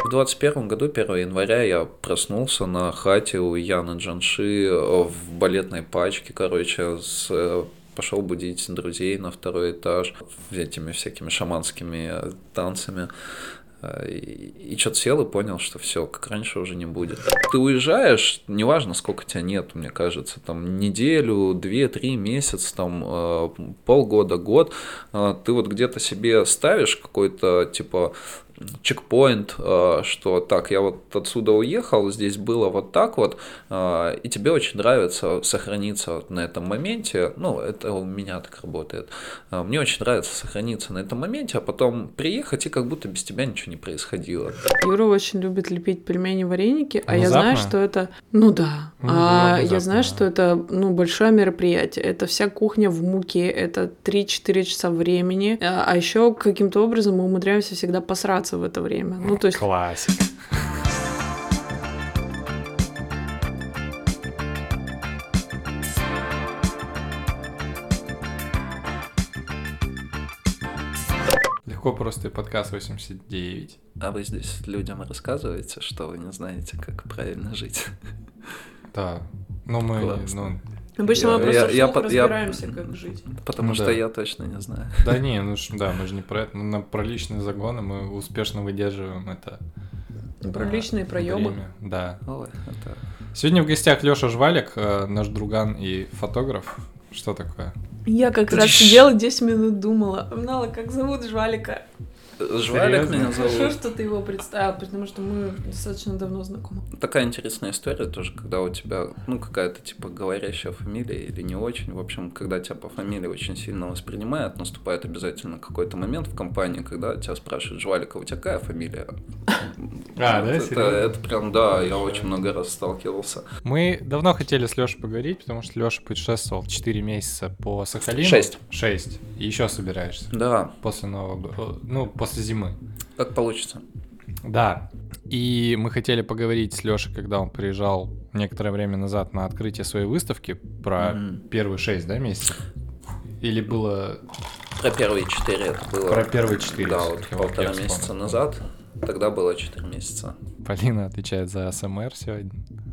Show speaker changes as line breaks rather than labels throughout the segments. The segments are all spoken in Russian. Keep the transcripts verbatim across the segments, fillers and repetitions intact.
В двадцать первом году, первого января, я проснулся на хате у Яны Джанши в балетной пачке, короче, с... пошел будить друзей на второй этаж этими всякими шаманскими танцами. И, и что-то сел и понял, что все, как раньше уже не будет. Ты уезжаешь, неважно, сколько тебя нет, мне кажется, там неделю, две, три месяца, там полгода, год, ты вот где-то себе ставишь какой-то, типа, чекпоинт, что так, я вот отсюда уехал, здесь было вот так вот, и тебе очень нравится сохраниться на этом моменте, ну, это у меня так работает, мне очень нравится сохраниться на этом моменте, а потом приехать, и как будто без тебя ничего не происходило.
Юра очень любит лепить пельмени, вареники, а внезапно? Я знаю, что это, ну да, ну, а я знаю, что это, ну, большое мероприятие, это вся кухня в муке, это три-четыре часа времени, а еще каким-то образом мы умудряемся всегда посраться в это время. Ну, то есть...
Классик. Легко просто подкаст восемьдесят девять.
А вы здесь людям рассказываете, что вы не знаете, как правильно жить?
Да. Ну, мы... Ну...
Обычно я, мы просто я, вслух я, разбираемся, я, как жить.
Потому
ну,
что
да.
я точно не знаю.
Да не, ну да, мы же не про это. На, про личные загоны мы успешно выдерживаем это.
Про а, личные проебы.
Да.
Ой, это...
Сегодня в гостях Лёша Жвалик, наш друган и фотограф. Что такое?
Я как раз сидела десять минут думала, знала, как зовут Жвалика.
Жвалик меня зовут.
Хорошо, что ты его представил, потому что мы достаточно давно знакомы.
Такая интересная история тоже, когда у тебя, ну, какая-то, типа, говорящая фамилия или не очень. В общем, когда тебя по фамилии очень сильно воспринимают, наступает обязательно какой-то момент в компании, когда тебя спрашивают: Жвалик, а у тебя какая фамилия?
А, да,
это, это прям, да, я очень много раз сталкивался.
Мы давно хотели с Лешей поговорить, потому что Леша путешествовал четыре месяца по Сахалину.
Шесть.
Шесть. И еще собираешься.
Да.
После Нового года. Ну, после зимы.
Как получится.
Да. И мы хотели поговорить с Лешей, когда он приезжал некоторое время назад на открытие своей выставки, про mm-hmm. первые шесть, да, месяцев? Или было...
Про первые четыре это было.
Про первые четыре.
Да, вот полтора месяца назад. Тогда было четыре месяца.
Полина отвечает за АСМР сегодня.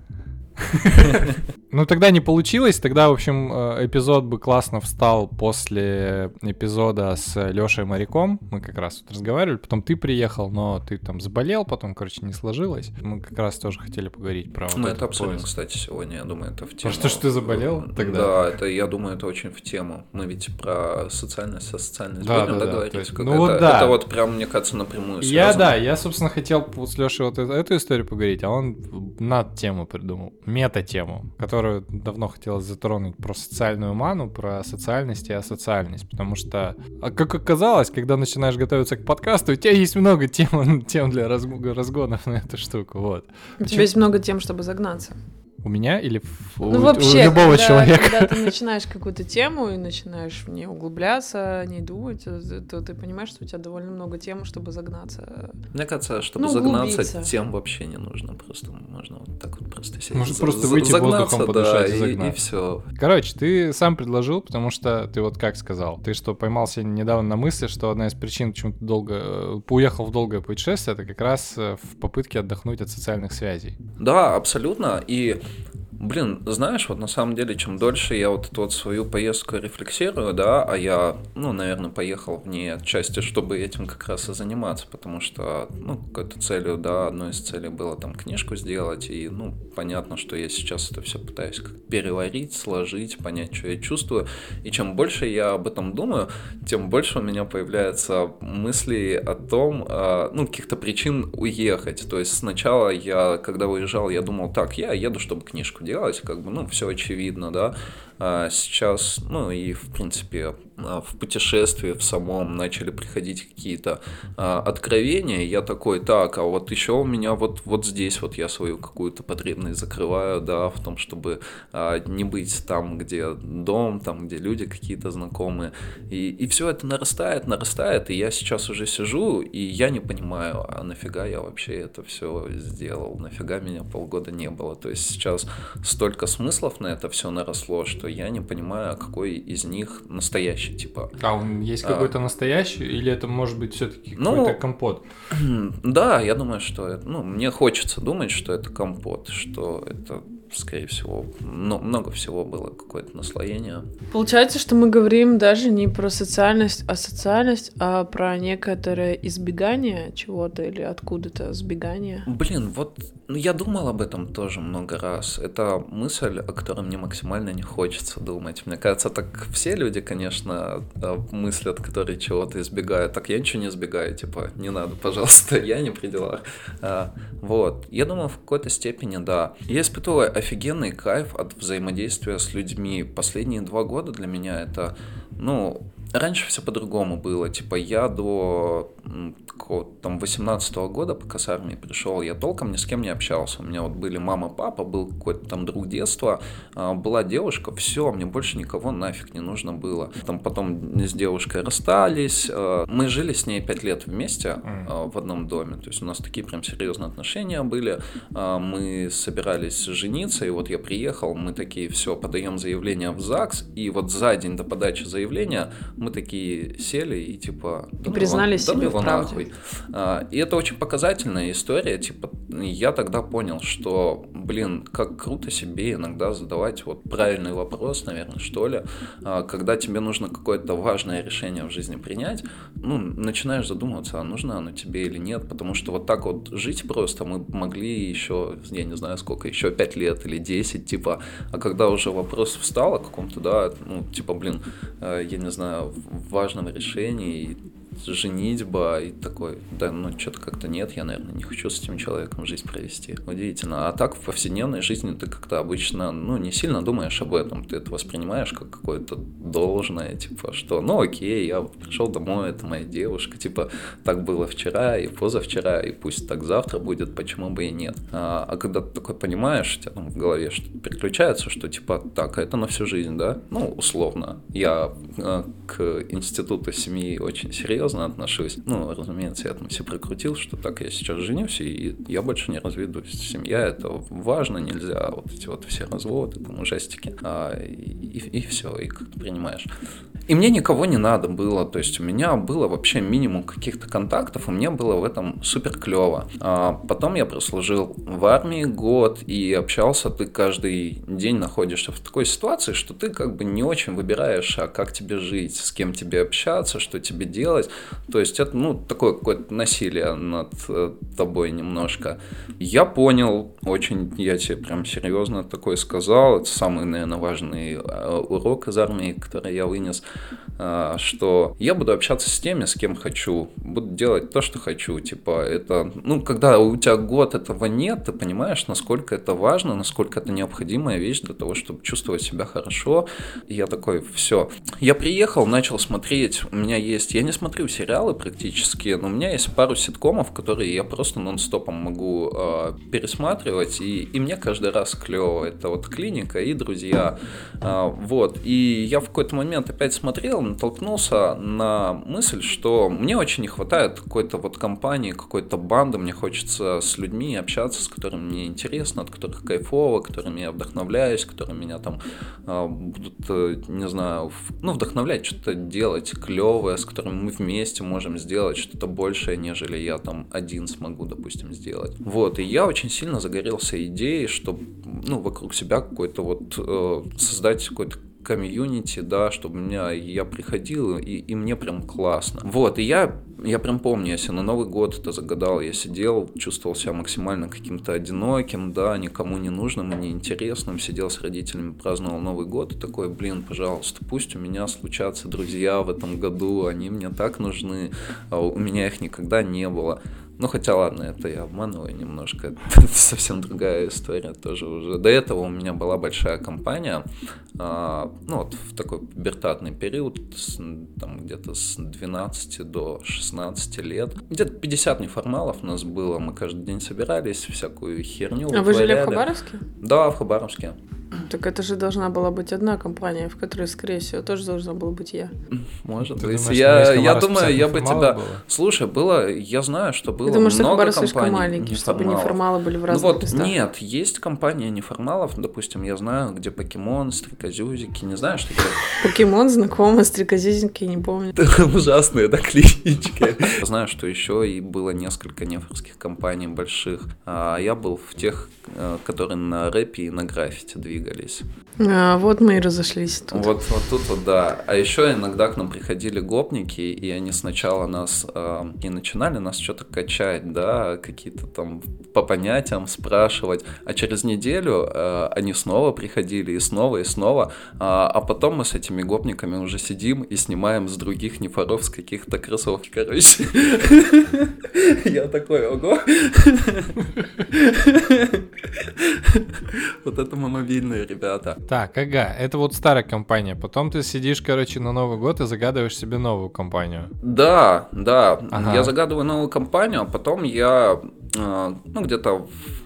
Ну, тогда не получилось. Тогда, в общем, эпизод бы классно встал после эпизода с Лешей Моряком. Мы как раз тут разговаривали. Потом ты приехал, но ты там заболел, потом, короче, не сложилось. Мы как раз тоже хотели поговорить про...
Мы вот это обсудим, поиск. Кстати, сегодня. Я думаю, это в тему.
А что ж ты заболел тогда?
Да, это, я думаю, это очень в тему. Мы ведь про социальность, со социальность
да,
будем
да,
договорить.
Да, есть,
как
ну,
это,
вот да.
это вот прям, мне кажется, напрямую связано.
Я, да, я, собственно, хотел с Лешей вот эту, эту историю поговорить, а он над тему придумал. Мета-тему, которую давно хотелось затронуть, про социальную ману, про социальность и асоциальность, потому что, как оказалось, когда начинаешь готовиться к подкасту, у тебя есть много тем, тем для разгонов на эту штуку, вот.
У тебя есть много тем, чтобы загнаться.
У меня или у,
ну, вообще,
у любого
когда,
человека?
Когда ты начинаешь какую-то тему и начинаешь в ней углубляться, о ней думать, то ты понимаешь, что у тебя довольно много тем, чтобы загнаться.
Мне кажется, чтобы ну, загнаться, тем вообще не нужно. Просто можно вот так вот просто сесть.
Можно просто выйти воздухом подышать
да,
и загнаться.
И, и все.
Короче, ты сам предложил, потому что ты вот как сказал, ты что, поймался недавно на мысли, что одна из причин, почему ты долго уехал в долгое путешествие, это как раз в попытке отдохнуть от социальных связей.
Да, абсолютно. И блин, знаешь, вот на самом деле, чем дольше я вот эту вот свою поездку рефлексирую, да, а я, ну, наверное, поехал в ней отчасти, чтобы этим как раз и заниматься, потому что, ну, какой-то целью, да, одной из целей было там книжку сделать, и, ну, понятно, что я сейчас это все пытаюсь как переварить, сложить, понять, что я чувствую, и чем больше я об этом думаю, тем больше у меня появляется мысли о том, ну, каких-то причин уехать, то есть сначала я, когда уезжал, я думал, так, я еду, чтобы книжку делать, делать, как бы, ну, все очевидно, да, а сейчас, ну, и, в принципе, в путешествии в самом начали приходить какие-то а, откровения, я такой, так, а вот еще у меня вот, вот здесь вот я свою какую-то потребность закрываю, да, в том, чтобы а, не быть там, где дом, там, где люди какие-то знакомые, и, и все это нарастает, нарастает, и я сейчас уже сижу, и я не понимаю, а нафига я вообще это все сделал, нафига меня полгода не было, то есть сейчас столько смыслов на это все наросло, что я не понимаю, какой из них настоящий, типа.
А он есть какой-то а... настоящий, или это может быть все-таки ну, какой-то компот?
Да, я думаю, что это, ну, мне хочется думать, что это компот, что это, скорее всего, ну, много всего было, какое-то наслоение.
Получается, что мы говорим даже не про социальность, а социальность, а про некоторое избегание чего-то или откуда-то сбегание.
Блин, вот ну, я думал об этом тоже много раз. Это мысль, о которой мне максимально не хочется думать. Мне кажется, так все люди, конечно, мыслят, которые чего-то избегают. Так я ничего не избегаю, типа, не надо, пожалуйста, я не при делах. А, вот. Я думаю, в какой-то степени, да. Я испытываю офигенный кайф от взаимодействия с людьми. Последние два года для меня это, ну... Раньше все по-другому было, типа я до такого, там, восемнадцатого года, пока с армии пришел, я толком ни с кем не общался. У меня вот были мама, папа, был какой-то там друг детства, была девушка, все, мне больше никого нафиг не нужно было. Там потом с девушкой расстались, мы жили с ней пять лет вместе в одном доме, то есть у нас такие прям серьезные отношения были, мы собирались жениться, и вот я приехал, мы такие, все, подаем заявление в ЗАГС, и вот за день до подачи заявления мы такие сели и типа...
И признали себе в правде.
А, и это очень показательная история. Типа, я тогда понял, что, блин, как круто себе иногда задавать вот правильный вопрос, наверное, что ли. А, когда тебе нужно какое-то важное решение в жизни принять, ну, начинаешь задумываться, а нужно оно тебе или нет. Потому что вот так вот жить просто мы могли еще, я не знаю сколько, еще пять лет или десять, типа. А когда уже вопрос встал о каком-то, да, ну, типа, блин, я не знаю, в важном решении, женитьба и такой, да, ну, что-то как-то нет, я, наверное, не хочу с этим человеком жизнь провести. Удивительно. А так в повседневной жизни ты как-то обычно, ну, не сильно думаешь об этом, ты это воспринимаешь как какое-то должное, типа, что, ну, окей, я пришел домой, это моя девушка, типа, так было вчера и позавчера, и пусть так завтра будет, почему бы и нет. А, а когда ты такой понимаешь, у тебя там в голове что-то переключается, что, типа, так, это на всю жизнь, да? Ну, условно. Я а, к институту семьи очень серьезно отношусь. Ну, разумеется, я там все прокрутил, что так, я сейчас женюсь, и я больше не разведусь. Семья — это важно, нельзя вот эти вот все разводы, там, ужастики. А, и, и, и все, и как ты принимаешь. И мне никого не надо было, то есть у меня было вообще минимум каких-то контактов, и мне было в этом супер клево. А потом я прослужил в армии год, и общался, ты каждый день находишься в такой ситуации, что ты как бы не очень выбираешь, а как тебе жить, с кем тебе общаться, что тебе делать. То есть это, ну, такое какое-то насилие над э, тобой немножко. Я понял, очень, я тебе прям серьезно такое сказал, это самый, наверное, важный э, урок из армии, который я вынес, э, что я буду общаться с теми, с кем хочу, буду делать то, что хочу, типа, это, ну, когда у тебя год этого нет, ты понимаешь, насколько это важно, насколько это необходимая вещь для того, чтобы чувствовать себя хорошо, и я такой, все. Я приехал, начал смотреть, у меня есть, я не смотрю сериалы практически, но у меня есть пару ситкомов, которые я просто нон-стопом могу э, пересматривать, и, и мне каждый раз клево. Это вот «Клиника» и «Друзья». Э, вот. И я в какой-то момент опять смотрел, натолкнулся на мысль, что мне очень не хватает какой-то вот компании, какой-то банды, мне хочется с людьми общаться, с которыми мне интересно, от которых кайфово, которыми я вдохновляюсь, которые меня там э, будут, э, не знаю, в, ну, вдохновлять, что-то делать клевое, с которыми мы вместе можем сделать что-то большее, нежели я там один смогу, допустим, сделать. Вот, и я очень сильно загорелся идеей, чтобы, ну, вокруг себя какой-то вот э, создать какой-то комьюнити, да, чтобы у меня, я приходил, и, и мне прям классно. Вот, и я, я прям помню, если на Новый год это загадал, я сидел, чувствовал себя максимально каким-то одиноким, да, никому не нужным и неинтересным, сидел с родителями, праздновал Новый год, и такой, блин, пожалуйста, пусть у меня случатся друзья в этом году, они мне так нужны, а у меня их никогда не было. Ну, хотя, ладно, это я обманываю немножко, это совсем другая история тоже уже. До этого у меня была большая компания, а, ну, вот в такой пубертатный период, с, там где-то с двенадцати до шестнадцати лет. Где-то пятьдесят неформалов у нас было, мы каждый день собирались, всякую херню
А вытворяли. Вы жили в Хабаровске?
Да, в Хабаровске.
Так это же должна была быть одна компания, в которой, скорее всего, тоже должна была быть я.
Может
Ты
быть.
думаешь,
Я,
что есть
я
Хабаровск
думаю, я бы
неформалов
тебя...
было?
Слушай, было... Я знаю, что было
Я думаю, что
много
Хабаровск слишком
компаний
маленький, чтобы
неформалов.
неформалы были в
Ну
разных
вот,
местах.
нет, есть компания неформалов, допустим, я знаю, где покемон, стрекозюзики, не знаю, что это.
Покемон знакомый, стрекозюзики, не помню.
Ужасные, да, клички. Знаю, что еще и было несколько нефорских компаний больших, а я был в тех, которые на рэпе и на граффити двигались.
А, вот мы и разошлись тут.
Вот, вот тут вот, да. А еще иногда к нам приходили гопники, и они сначала нас э, и начинали нас что-то качать, да, какие-то там по понятиям спрашивать, а через неделю э, они снова приходили, и снова, и снова, а, а потом мы с этими гопниками уже сидим и снимаем с других нефоров с каких-то кроссовки, короче. Я такой, ого. Вот это мы мобильные ребята.
Так, ага, это вот старая компания. Потом ты сидишь, короче, на Новый год и загадываешь себе новую компанию.
Да, да.
Ага.
Я загадываю новую компанию, а потом я, э, ну, где-то...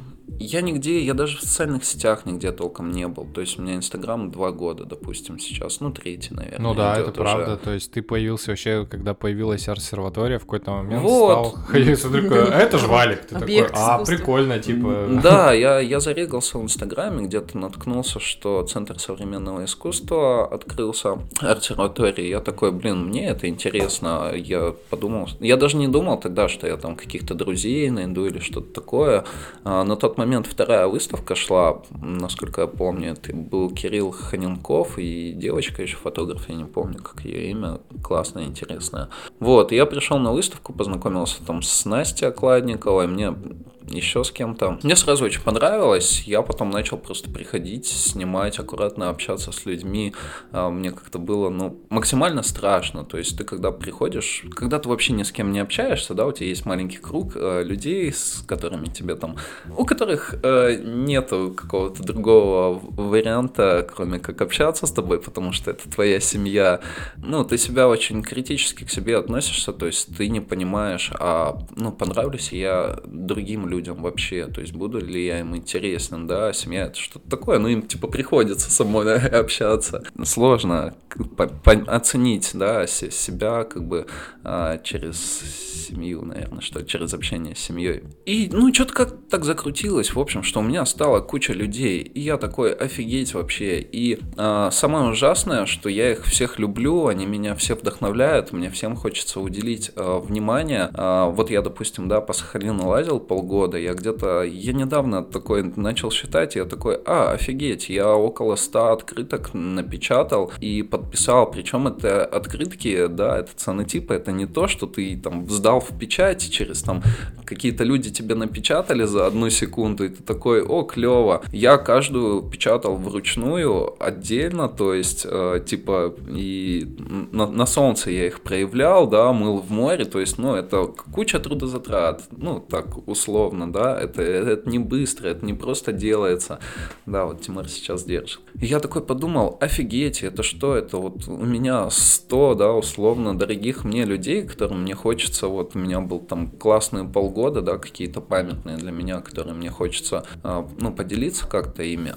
Я нигде, я даже в социальных сетях нигде толком не был. То есть у меня Инстаграм два года, допустим, сейчас. Ну, третий, наверное.
Ну да, это
уже.
правда. То есть ты появился вообще, когда появилась обсерватория, в какой-то момент
вот.
стал ходить, такой, а это ж Валик. Ты
Объект
такой, а,
искусства.
прикольно, типа.
Да, я, я зарегался в Инстаграме, где-то наткнулся, что Центр современного искусства открылся, обсерватория. Я такой, блин, мне это интересно. Я подумал, я даже не думал тогда, что я там каких-то друзей найду или что-то такое. А на тот момент вторая выставка шла, насколько я помню, это был Кирилл Ханенков и девочка еще фотограф, я не помню, как ее имя, классная, интересная. Вот, я пришел на выставку, познакомился там с Настей Окладниковой, мне еще с кем-то. Мне сразу очень понравилось, я потом начал просто приходить, снимать, аккуратно общаться с людьми. Мне как-то было, ну, максимально страшно. То есть ты когда приходишь, когда ты вообще ни с кем не общаешься, да, у тебя есть маленький круг людей, с которыми тебе там, у которых э, нету какого-то другого варианта, кроме как общаться с тобой, потому что это твоя семья. Ну, ты себя очень критически к себе относишься, то есть ты не понимаешь, а, ну, понравлюсь я другим людям, людям вообще, то есть буду ли я им интересен, да, семья это что-то такое, ну им типа приходится со мной, да, общаться. Сложно по- по- оценить, да, с- себя как бы а, через семью, наверное, что через общение с семьей. И, ну, что-то как так закрутилось, в общем, что у меня стала куча людей, и я такой, офигеть вообще, и а, самое ужасное, что я их всех люблю, они меня все вдохновляют, мне всем хочется уделить а, внимание. А, вот я, допустим, да, по Сахалину лазил полгода, я где-то, я недавно такой начал считать, я такой, а, офигеть, я около ста открыток напечатал и подписал, причем это открытки, да, это ценотипы, это не то, что ты там сдал в печать, через там какие-то люди тебе напечатали за одну секунду, и ты такой, о, клево. Я каждую печатал вручную, отдельно, то есть, э, типа, и на, на солнце я их проявлял, да, мыл в море, то есть, ну, это куча трудозатрат, ну, так, условно, да, это, это не быстро, это не просто делается. Да, вот Тимур сейчас держит. И я такой подумал, офигеть, это что, это вот у меня сто, да, условно, дорогих мне людей, которым мне хочется, вот у меня был там классные полгода, да, какие-то памятные для меня, которые мне хочется, ну, поделиться как-то ими.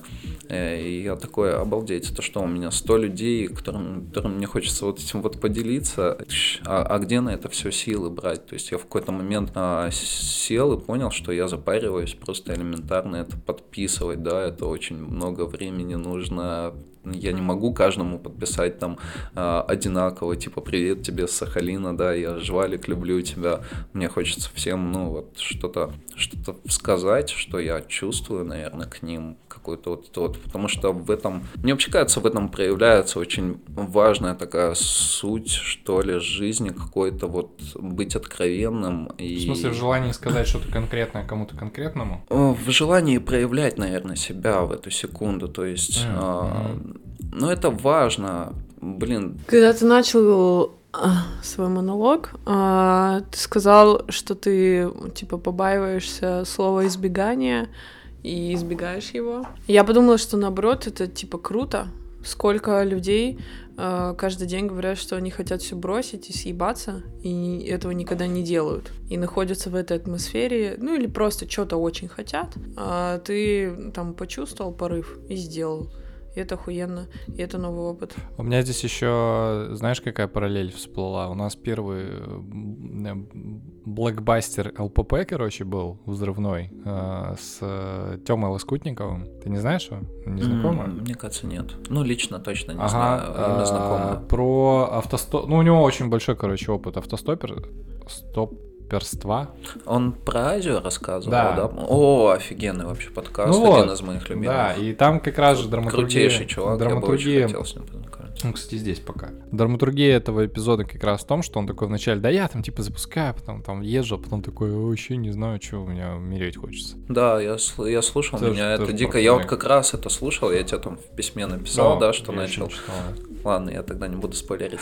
И я такой, обалдеть, это что, у меня сто людей, которым, которым мне хочется вот этим вот поделиться, а, а где на это все силы брать? То есть я в какой-то момент а, сел и понял, что я запариваюсь просто элементарно это подписывать, да, это очень много времени нужно. Я не могу каждому подписать там э, одинаково, типа «Привет тебе с Сахалина», да, я Жвалик, люблю тебя. Мне хочется всем, ну, вот что-то, что-то сказать, что я чувствую, наверное, к ним, какой-то вот, вот, потому что в этом, мне вообще кажется, в этом проявляется очень важная такая суть, что ли, жизни какой-то, вот, быть откровенным. И...
В смысле, в желании сказать что-то конкретное кому-то конкретному?
В желании проявлять, наверное, себя в эту секунду, то есть... Mm-hmm. Ну, это важно, блин.
Когда ты начал свой монолог, ты сказал, что ты, типа, побаиваешься слова «избегание» и избегаешь его. Я подумала, что, наоборот, это, типа, круто. Сколько людей каждый день говорят, что они хотят все бросить и съебаться, и этого никогда не делают. И находятся в этой атмосфере, ну, или просто что-то очень хотят, а ты там почувствовал порыв и сделал. и это охуенно, и это новый опыт.
У меня здесь еще, знаешь, какая параллель всплыла? У нас первый блокбастер эл пэ пэ, короче, был взрывной э, с Тёмой Лоскутниковым. Ты не знаешь его? Не знакома?
Mm, мне кажется, нет. Ну, лично точно не
ага,
знаю, имя знакомое.
Про автостоп... Ну, у него очень большой, короче, опыт автостопер... Стоп... перства.
Он про Азию рассказывал,
да?
да? О, офигенный вообще подкаст,
ну
один
вот,
из моих любимых.
Да, и там как раз же драматургия...
Крутейший чувак,
драматургия...
я бы очень хотел с ним познакомиться.
Ну, кстати, здесь пока. Драматургия этого эпизода как раз в том, что он такой вначале, да я там типа запускаю, потом там езжу, а потом такой, вообще не знаю, что у меня умереть хочется.
Да, я, я слушал, тоже, меня тоже это дико. Я вот как раз это слушал, я тебе там в письме написал, О, да, что начал. Ладно, я тогда не буду спойлерить.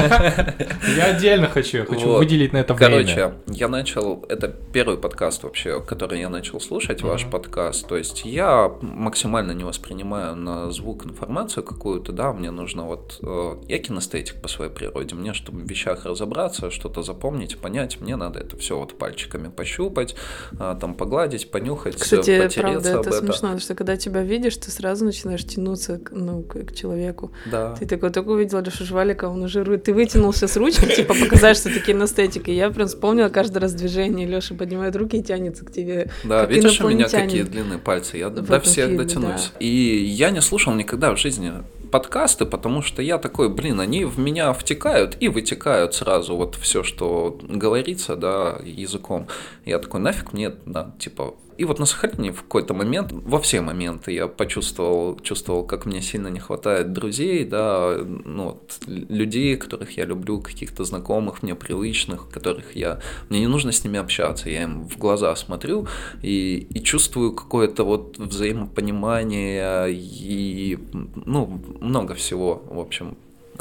Я отдельно хочу, я хочу выделить на это время.
Короче, я начал, это первый подкаст вообще, который я начал слушать, ваш подкаст. То есть я максимально не воспринимаю на звук информацию какую-то, да, мне нужно вот я кинестетик по своей природе, мне, чтобы в вещах разобраться, что-то запомнить, понять, мне надо это все вот пальчиками пощупать, там погладить, понюхать,
кстати,
потереться
правда,
об
это
это.
смешно, потому что когда тебя видишь, ты сразу начинаешь тянуться к, ну, к, к человеку.
Да.
Ты такой, только увидел Лешу Жвалика, он уже ты вытянулся с ручки, типа показать, что ты кинестетик, и я прям вспомнила каждый раз движение, Леша поднимает руки и тянется к тебе.
Да, видишь, у меня какие длинные пальцы, я до всех фильме, дотянусь. Да. И я не слушал никогда в жизни подкасты, потому что я такой, блин, они в меня втекают и вытекают сразу, вот все, что говорится, да, языком. Я такой, нафиг мне, да, типа... И вот на Сахалине в какой-то момент, во все моменты я почувствовал, чувствовал, как мне сильно не хватает друзей, да, ну, вот, людей, которых я люблю, каких-то знакомых, мне привычных, которых я... Мне не нужно с ними общаться, я им в глаза смотрю и, и чувствую какое-то вот взаимопонимание и, ну, много всего, в общем,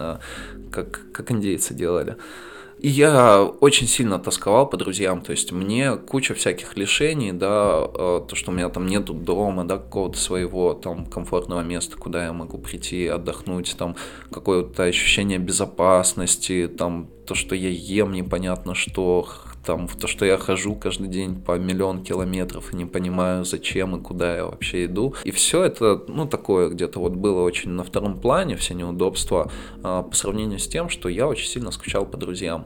как, как индейцы делали. И я очень сильно тосковал по друзьям, то есть мне куча всяких лишений, да, то, что у меня там нету дома, да, какого-то своего там комфортного места, куда я могу прийти, отдохнуть, там какое-то ощущение безопасности, там то, что я ем непонятно что, там то, что я хожу каждый день по миллион километров и не понимаю, зачем и куда я вообще иду. И все это, ну, такое где-то вот было очень на втором плане, все неудобства, а, по сравнению с тем, что я очень сильно скучал по друзьям.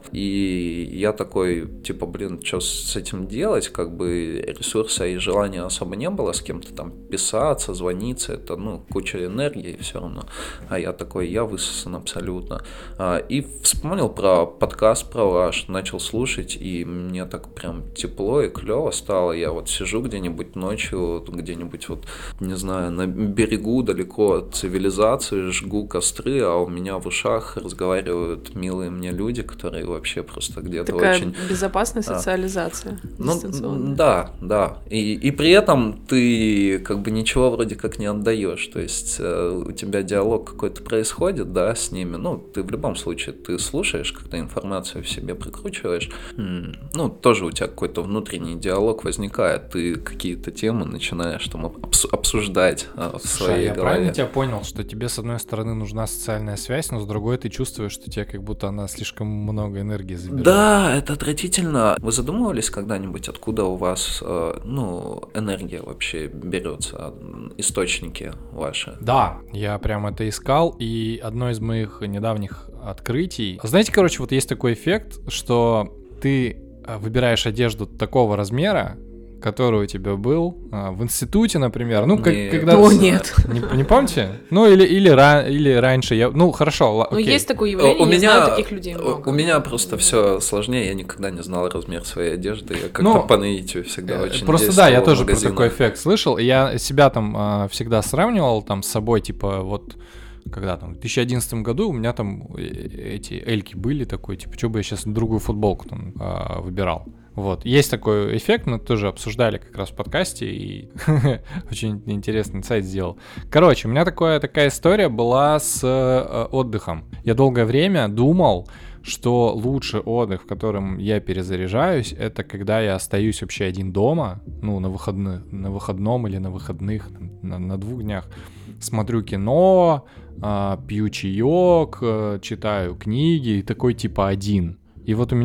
И я такой, типа, блин, что с этим делать? Как бы ресурса и желания особо не было с кем-то там писаться, звониться, это, ну, куча энергии все равно. А я такой, я высосан абсолютно. А, и вспомнил про подкаст про ваш, начал слушать, и мне так прям тепло и клево стало. Я вот сижу где-нибудь ночью, где-нибудь вот, не знаю, на берегу далеко от цивилизации, жгу костры, а у меня в ушах разговаривают милые мне люди, которые вообще просто где-то
такая
очень...
безопасная социализация.
А. Ну, да, да. И, и при этом ты как бы ничего вроде как не отдаешь. То есть у тебя диалог какой-то происходит, да, с ними. Ну, ты в любом случае, ты слушаешь, когда информацию в себе прикручиваешь, ну, тоже у тебя какой-то внутренний диалог возникает, ты какие-то темы начинаешь там обс- обсуждать а, в
Слушай,
своей
я
голове.
правильно тебя понял, что тебе с одной стороны нужна социальная связь, но с другой ты чувствуешь, что тебе как будто она слишком много энергии забирает.
Да, это отвратительно. Вы задумывались когда-нибудь, откуда у вас, ну, энергия вообще берется, источники ваши?
Да, я прям это искал, и одно из моих недавних открытий... Знаете, короче, вот есть такой эффект, что ты выбираешь одежду такого размера, который у тебя был а, в институте, например. Ну, как, когда...
О, нет.
Не, не помните? Ну, или, или, ра... или раньше. Я... Ну, хорошо,
Ну,
окей.
есть такое явление, у я меня... знаю таких людей много.
У меня просто все сложнее, я никогда не знал размер своей одежды, я как-то ну, по наитию всегда очень
просто да, я тоже про такой эффект слышал, и я себя там а, всегда сравнивал там с собой, типа, вот... Когда там, в две тысячи одиннадцатом году у меня там эти эльки были такой, типа, что бы я сейчас другую футболку там а, выбирал. Вот. Есть такой эффект, мы тоже обсуждали как раз в подкасте, и очень интересный сайт сделал. Короче, у меня такое, такая история была с э, отдыхом. Я долгое время думал, что лучший отдых, в котором я перезаряжаюсь, это когда я остаюсь вообще один дома, ну, на, выходных, на выходном или на выходных, на, на двух днях, смотрю кино, пью чаек, читаю книги и такой типа один. И вот у меня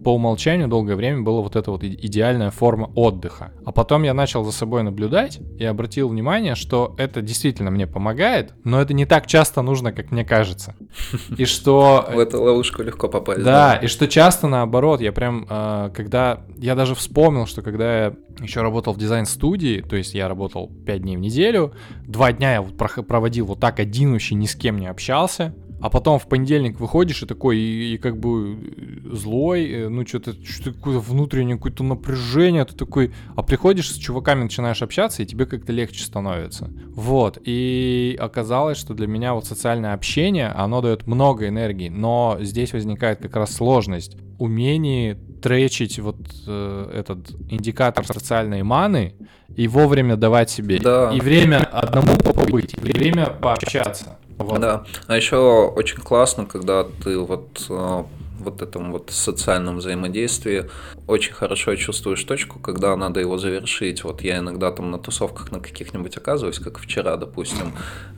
по умолчанию долгое время была вот эта вот идеальная форма отдыха. А потом я начал за собой наблюдать и обратил внимание, что это действительно мне помогает, но это не так часто нужно, как мне кажется. И что...
В эту ловушку легко попасть.
Да, и что часто наоборот, я прям, когда... Я даже вспомнил, что когда я еще работал в дизайн-студии, то есть я работал пять дней в неделю, два дня я вот проводил вот так один, вообще ни с кем не общался, а потом в понедельник выходишь и такой, и, и как бы злой, ну что-то, что-то какое-то внутреннее какое-то напряжение, ты такой, а приходишь с чуваками, начинаешь общаться, и тебе как-то легче становится. Вот, и оказалось, что для меня вот социальное общение, оно дает много энергии, но здесь возникает как раз сложность умении тречить вот э, этот индикатор социальной маны и вовремя давать себе
да.
и время одному побыть, и время пообщаться. Вот.
Да, а еще очень классно, когда ты вот вот этом вот социальном взаимодействии очень хорошо чувствуешь точку, когда надо его завершить. Вот я иногда там на тусовках на каких-нибудь оказываюсь, как вчера, допустим,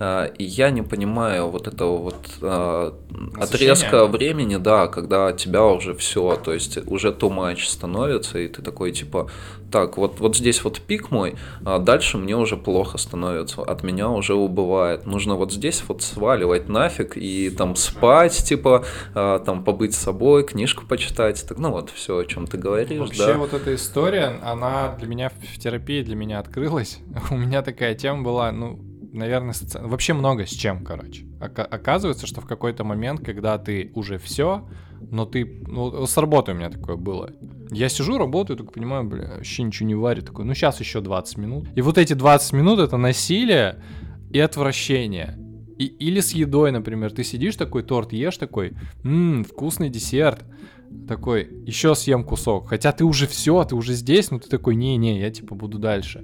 и я не понимаю вот этого вот отрезка времени, да, когда тебя уже все, то есть уже too much становится, и ты такой типа, так, вот, вот здесь вот пик мой, а дальше мне уже плохо становится, от меня уже убывает. Нужно вот здесь вот сваливать нафиг и там спать, типа, там побыть с собой, книжку почитать, так, ну вот все, о чем ты говоришь.
Вообще
да.
вот эта история, она для меня в терапии для меня открылась. У меня такая тема была, ну, наверное, соци... вообще много с чем, короче. Ока- оказывается, что в какой-то момент, когда ты уже все, но ты, ну, с работой у меня такое было. Я сижу, работаю, только понимаю, бля, вообще ничего не варю, такой, ну сейчас еще двадцать минут. И вот эти двадцать минут это насилие и отвращение. И, или с едой, например, ты сидишь такой, торт ешь такой, ммм, вкусный десерт, такой, еще съем кусок, хотя ты уже все, ты уже здесь, но ты такой, не-не, я типа буду дальше.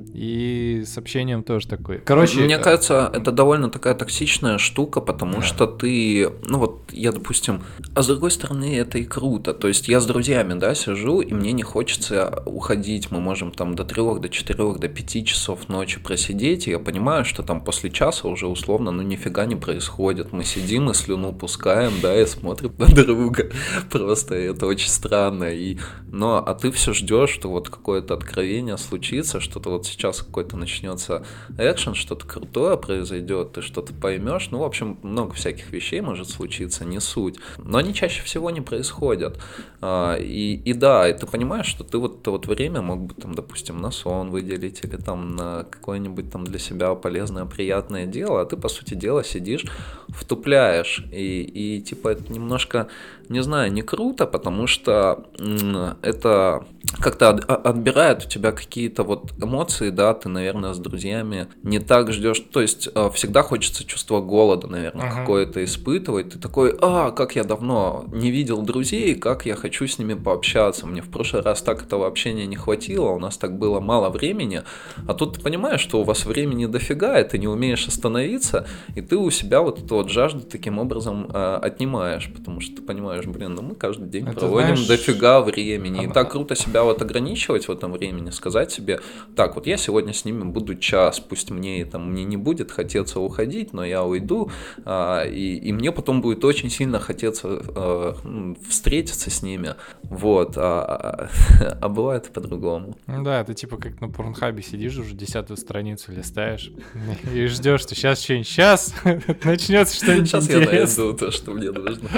И с общением тоже такой. Короче,
мне кажется, это довольно такая токсичная штука, потому да. что ты, ну вот я, допустим, а с другой стороны это и круто, то есть я с друзьями, да, сижу, и мне не хочется уходить, мы можем там до трех, до четырех, до пяти часов ночи просидеть, и я понимаю, что там после часа уже условно, ну нифига не происходит, мы сидим и слюну пускаем, да, и смотрим на друга, просто это очень странно, и, но, а ты все ждешь, что вот какое-то откровение случится, что-то вот сейчас какой-то начнется экшен, что-то крутое произойдет, ты что-то поймешь, ну, в общем, много всяких вещей может случиться, не суть, но они чаще всего не происходят, а, и, и да, и ты понимаешь, что ты вот это вот время мог бы там, допустим, на сон выделить или там на какое-нибудь там для себя полезное, приятное дело, а ты, по сути дела, сидишь, втупляешь, и, и типа это немножко, не знаю, не круто, потому что м- это как-то от, отбирает у тебя какие-то вот эмоции, да, ты, наверное, с друзьями не так ждешь, то есть всегда хочется чувство голода, наверное, uh-huh. какое-то испытывать, ты такой, а, как я давно не видел друзей, как я хочу с ними пообщаться, мне в прошлый раз так этого общения не хватило, у нас так было мало времени, а тут ты понимаешь, что у вас времени дофига, и ты не умеешь остановиться, и ты у себя вот эту вот жажду таким образом э, отнимаешь, потому что ты понимаешь, блин, ну мы каждый день это проводим знаешь... дофига времени, и так круто себя вот ограничивать в этом времени, сказать себе, так, вот я сегодня с ними буду час, пусть мне там мне не будет хотеться уходить, но я уйду, а, и, и мне потом будет очень сильно хотеться а, встретиться с ними, вот, а, а, а бывает по-другому.
Ну да, ты типа как на Порнхабе сидишь, уже десятую страницу листаешь и ждешь, что сейчас что-нибудь, сейчас начнется что-нибудь
сейчас интересное. Сейчас я найду то, что мне нужно.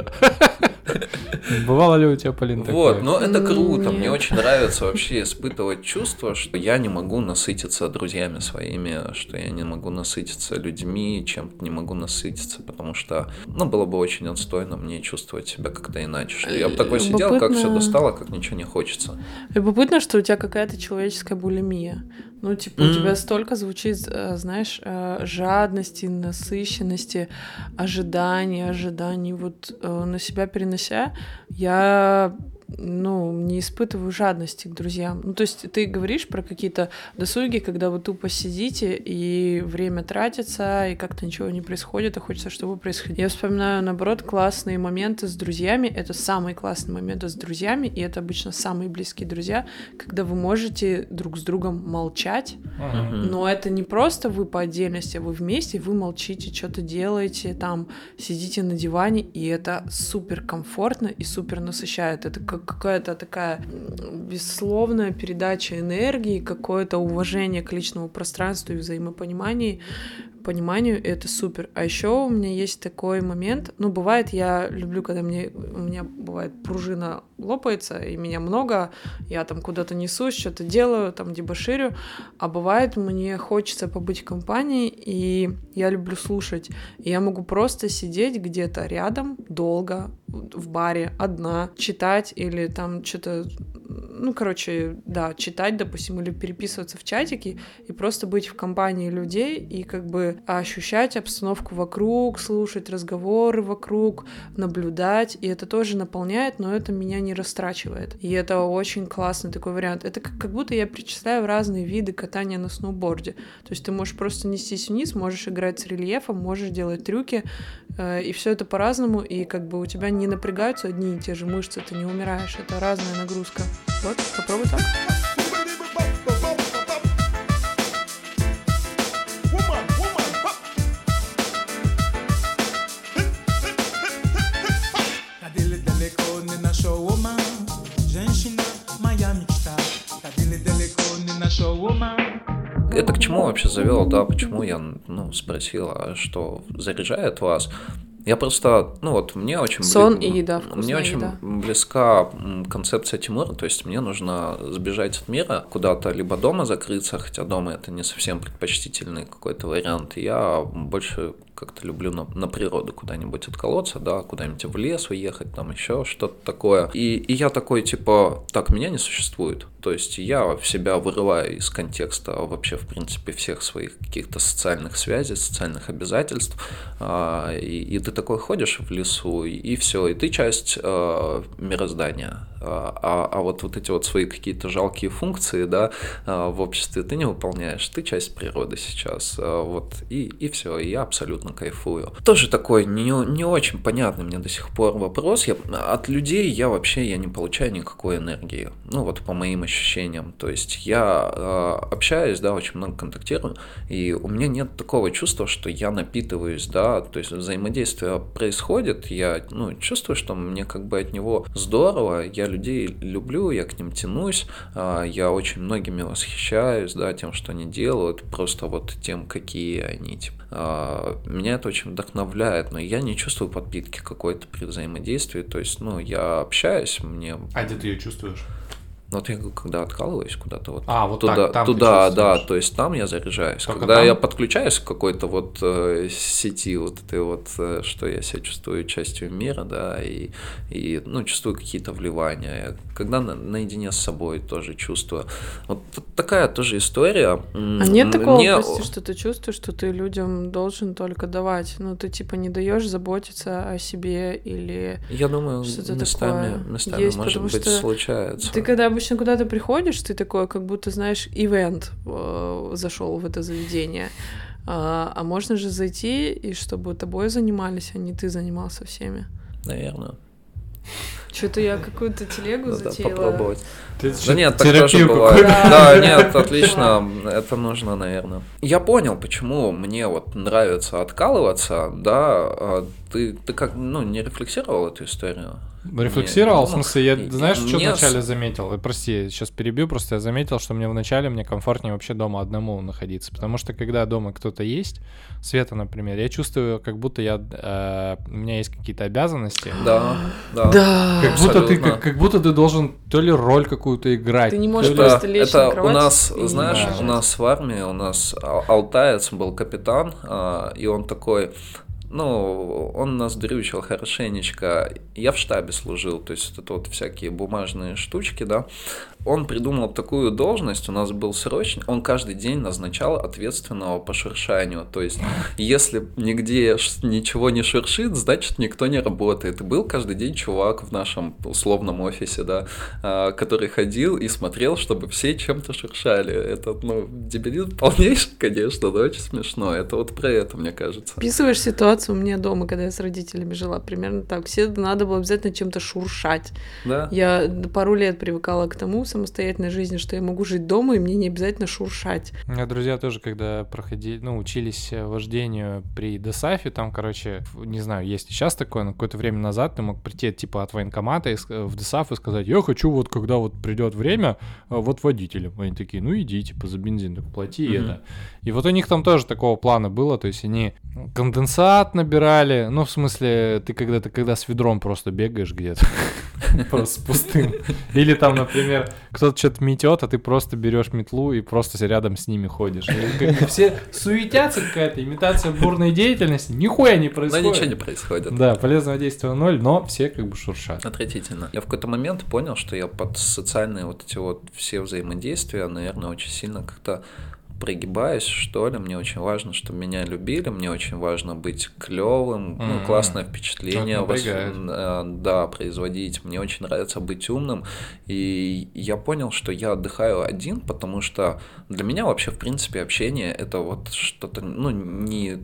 Бывало ли у тебя, Полин, такое?
Вот, но это круто, мне очень нравится вообще испытывать чувство, что я не могу насытиться друзьями своими, что я не могу насытиться людьми, чем-то не могу насытиться, потому что, ну, было бы очень отстойно мне чувствовать себя как-то иначе, что я бы такой сидел, любопытно... как все достало, как ничего не хочется.
Любопытно, что у тебя какая-то человеческая булимия. Ну, типа, mm-hmm. у тебя столько звучит, знаешь, жадности, насыщенности, ожиданий, ожиданий. Вот на себя перенося, я, ну, не испытываю жадности к друзьям. Ну, то есть ты говоришь про какие-то досуги, когда вы тупо сидите, и время тратится, и как-то ничего не происходит, и хочется, чтобы происходило. Я вспоминаю, наоборот, классные моменты с друзьями. Это самые классные моменты с друзьями, и это обычно самые близкие друзья, когда вы можете друг с другом молчать, uh-huh. но это не просто вы по отдельности, а вы вместе, вы молчите, что-то делаете, там, сидите на диване, и это супер комфортно и супер насыщает. Это как как какая-то такая бессловная передача энергии, какое-то уважение к личному пространству и взаимопониманию, пониманию, это супер. А еще у меня есть такой момент, ну, бывает, я люблю, когда мне, у меня бывает пружина лопается, и меня много, я там куда-то несусь, что-то делаю, там дебоширю, а бывает, мне хочется побыть в компании, и я люблю слушать, и я могу просто сидеть где-то рядом долго, в баре, одна, читать или там что-то, ну, короче, да, читать, допустим, или переписываться в чатике, и просто быть в компании людей, и как бы ощущать обстановку вокруг, слушать разговоры вокруг, наблюдать, и это тоже наполняет, но это меня не растрачивает. И это очень классный такой вариант. Это как, как будто я причисляю разные виды катания на сноуборде. То есть ты можешь просто нестись вниз, можешь играть с рельефом, можешь делать трюки, э, и все это по-разному, и как бы у тебя не напрягаются одни и те же мышцы, ты не умираешь, это разная нагрузка. Вот, попробуй так.
Это к чему вообще завел, да, почему я, ну, спросил, а что заряжает вас? Я просто, ну вот, мне очень...
Сон
бли...
и еда, вкусная
Мне очень
еда.
близка концепция Тимура, то есть мне нужно сбежать от мира, куда-то либо дома закрыться, хотя дома это не совсем предпочтительный какой-то вариант. Я больше как-то люблю на, на природу куда-нибудь отколоться, да, куда-нибудь в лес уехать, там еще что-то такое. И, и я такой, типа, так, меня не существует. То есть я в себя вырываю из контекста вообще, в принципе, всех своих каких-то социальных связей, социальных обязательств. А, и, и ты такой ходишь в лесу, и, и все, и ты часть а, мироздания. А, а вот, вот эти вот свои какие-то жалкие функции, да, в обществе ты не выполняешь, ты часть природы сейчас. Вот, и, и все, и я абсолютно кайфую. Тоже такой не, не очень понятный мне до сих пор вопрос. Я, от людей я вообще я не получаю никакой энергии. Ну вот по моим ощущениям. То есть я э, общаюсь, да, очень много контактирую, и у меня нет такого чувства, что я напитываюсь, да, то есть взаимодействие происходит, я, ну, чувствую, что мне как бы от него здорово, я людей люблю, я к ним тянусь, э, я очень многими восхищаюсь, да, тем, что они делают, просто вот тем, какие они, типа. Меня это очень вдохновляет, но я не чувствую подпитки какой-то при взаимодействии, то есть, ну, я общаюсь, мне...
А где ты ее чувствуешь?
Вот я когда откалываюсь куда-то вот,
а, вот
туда,
так, там
туда, да, то есть там я заряжаюсь.
Только
когда
там?
я подключаюсь к какой-то вот э, сети, вот этой вот, э, что я себя чувствую частью мира, да, и, и ну, чувствую какие-то вливания. Когда на, наедине с собой тоже чувствую. Вот такая тоже история.
А нет такого, Мне... прости, что ты чувствуешь, что ты людям должен только давать? Ну, ты типа не даешь заботиться о себе или
я думаю,
что-то
местами,
такое
местами
есть,
может быть,
что
случается.
Ты когда обычно куда-то приходишь, ты такой, как будто, знаешь, ивент э, зашел в это заведение. А, а можно же зайти, и чтобы тобой занимались, а не ты занимался всеми.
Наверное.
Что-то я какую-то телегу
Надо
затеяла.
попробовать.
Ты
да нет, так тоже бывает. Да, да, нет, отлично, это нужно, наверное. Я понял, почему мне вот нравится откалываться, да, ты, ты как, ну, не рефлексировал эту историю?
Рефлексировал, в смысле, я, знаешь, что
мне...
вначале заметил? Прости, сейчас перебью, просто я заметил, что мне вначале мне комфортнее вообще дома одному находиться, потому что когда дома кто-то есть, Света, например, я чувствую, как будто я, э, у меня есть какие-то обязанности.
Да, да.
да.
Как будто, ты, как, как будто ты должен то ли роль какую-то играть.
Ты не можешь
это,
просто лечь
это
на кровать.
У нас,
и
знаешь,
лежать.
у нас в армии, у нас алтаец был капитан, и он такой... Ну, он нас дрючил хорошенечко. Я в штабе служил, то есть это вот всякие бумажные штучки, да. Он придумал такую должность, у нас был срочный, он каждый день назначал ответственного по шуршанию. То есть, если нигде ничего не шуршит, значит, никто не работает. И был каждый день чувак в нашем условном офисе, да, который ходил и смотрел, чтобы все чем-то шуршали. Это, ну, дебилизм полнейший, конечно, но очень смешно. Это вот про это, мне кажется.
Описываешь ситуацию у меня дома, когда я с родителями жила, примерно так. Все надо было обязательно чем-то шуршать.
Да.
Я пару лет привыкала к тому, самостоятельной жизни, что я могу жить дома, и мне не обязательно шуршать.
У меня друзья тоже, когда проходили, ну, учились вождению при ДОСАФе, там, короче, не знаю, есть и сейчас такое, но какое-то время назад ты мог прийти, типа, от военкомата в ДОСАФ и сказать, я хочу вот, когда вот придет время, вот водителем. Они такие, ну, иди, типа, за бензин, так плати mm-hmm. это. И вот у них там тоже такого плана было, то есть они конденсат набирали, ну, в смысле, ты когда ты когда с ведром просто бегаешь где-то, просто с пустым. Или там, например, кто-то что-то метет, а ты просто берешь метлу и просто рядом с ними ходишь. И как бы все суетятся, какая-то имитация бурной деятельности, нихуя не происходит.
Да, ничего не происходит.
Да, полезного действия ноль, но все как бы шуршат.
Отвратительно. Я в какой-то момент понял, что я под социальные вот эти вот все взаимодействия, наверное, очень сильно как-то прогибаюсь, что ли, мне очень важно, чтобы меня любили, мне очень важно быть клевым, mm-hmm. ну, классное впечатление вас, да, производить, мне очень нравится быть умным, и я понял, что я отдыхаю один, потому что для меня вообще, в принципе, общение это вот что-то, ну, не,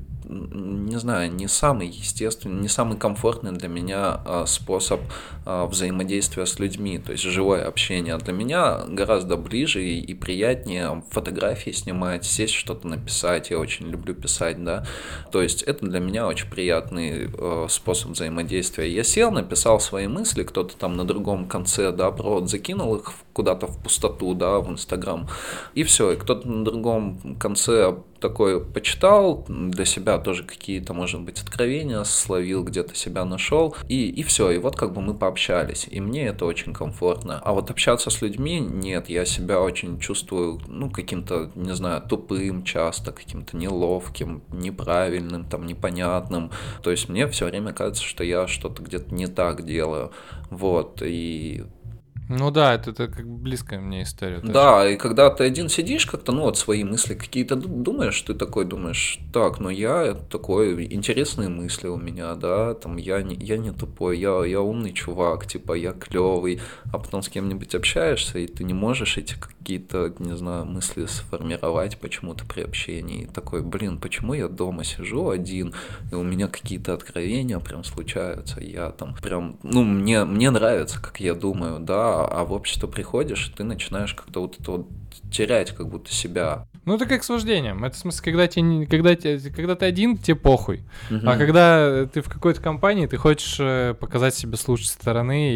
не знаю, не самый естественный, не самый комфортный для меня а, способ а, взаимодействия с людьми, то есть живое общение. Для меня гораздо ближе и, и приятнее фотографии снимать, сесть, что-то написать, я очень люблю писать, да, то есть это для меня очень приятный э, способ взаимодействия. Я сел, написал свои мысли, кто-то там на другом конце, да, провод закинул их куда-то в пустоту, да, в Инстаграм, и все, и кто-то на другом конце такой почитал, для себя тоже какие-то, может быть, откровения словил, где-то себя нашел, и, и все, и вот как бы мы пообщались, и мне это очень комфортно. А вот общаться с людьми, нет, я себя очень чувствую, ну, каким-то, не знаю, тупым часто, каким-то неловким, неправильным, там, непонятным, то есть мне все время кажется, что я что-то где-то не так делаю, вот, и...
Ну да, это, это как бы близкая мне история. Точно.
Да, и когда ты один сидишь, как-то, ну вот свои мысли какие-то думаешь, ты такой думаешь, так, ну я такой, интересные мысли у меня, да, там я не, я не тупой, я, я умный чувак, типа я клевый, а потом с кем-нибудь общаешься, и ты не можешь эти какие-то, не знаю, мысли сформировать почему-то при общении. И такой, блин, почему я дома сижу один, и у меня какие-то откровения прям случаются, я там прям, ну мне, мне нравится, как я думаю, да, а в общество приходишь, и ты начинаешь как-то вот это вот терять как будто себя.
Ну, это как с вождением. Это в смысле, когда, тебе, когда, тебе, когда ты один, тебе похуй. Uh-huh. А когда ты в какой-то компании, ты хочешь показать себя с лучшей стороны,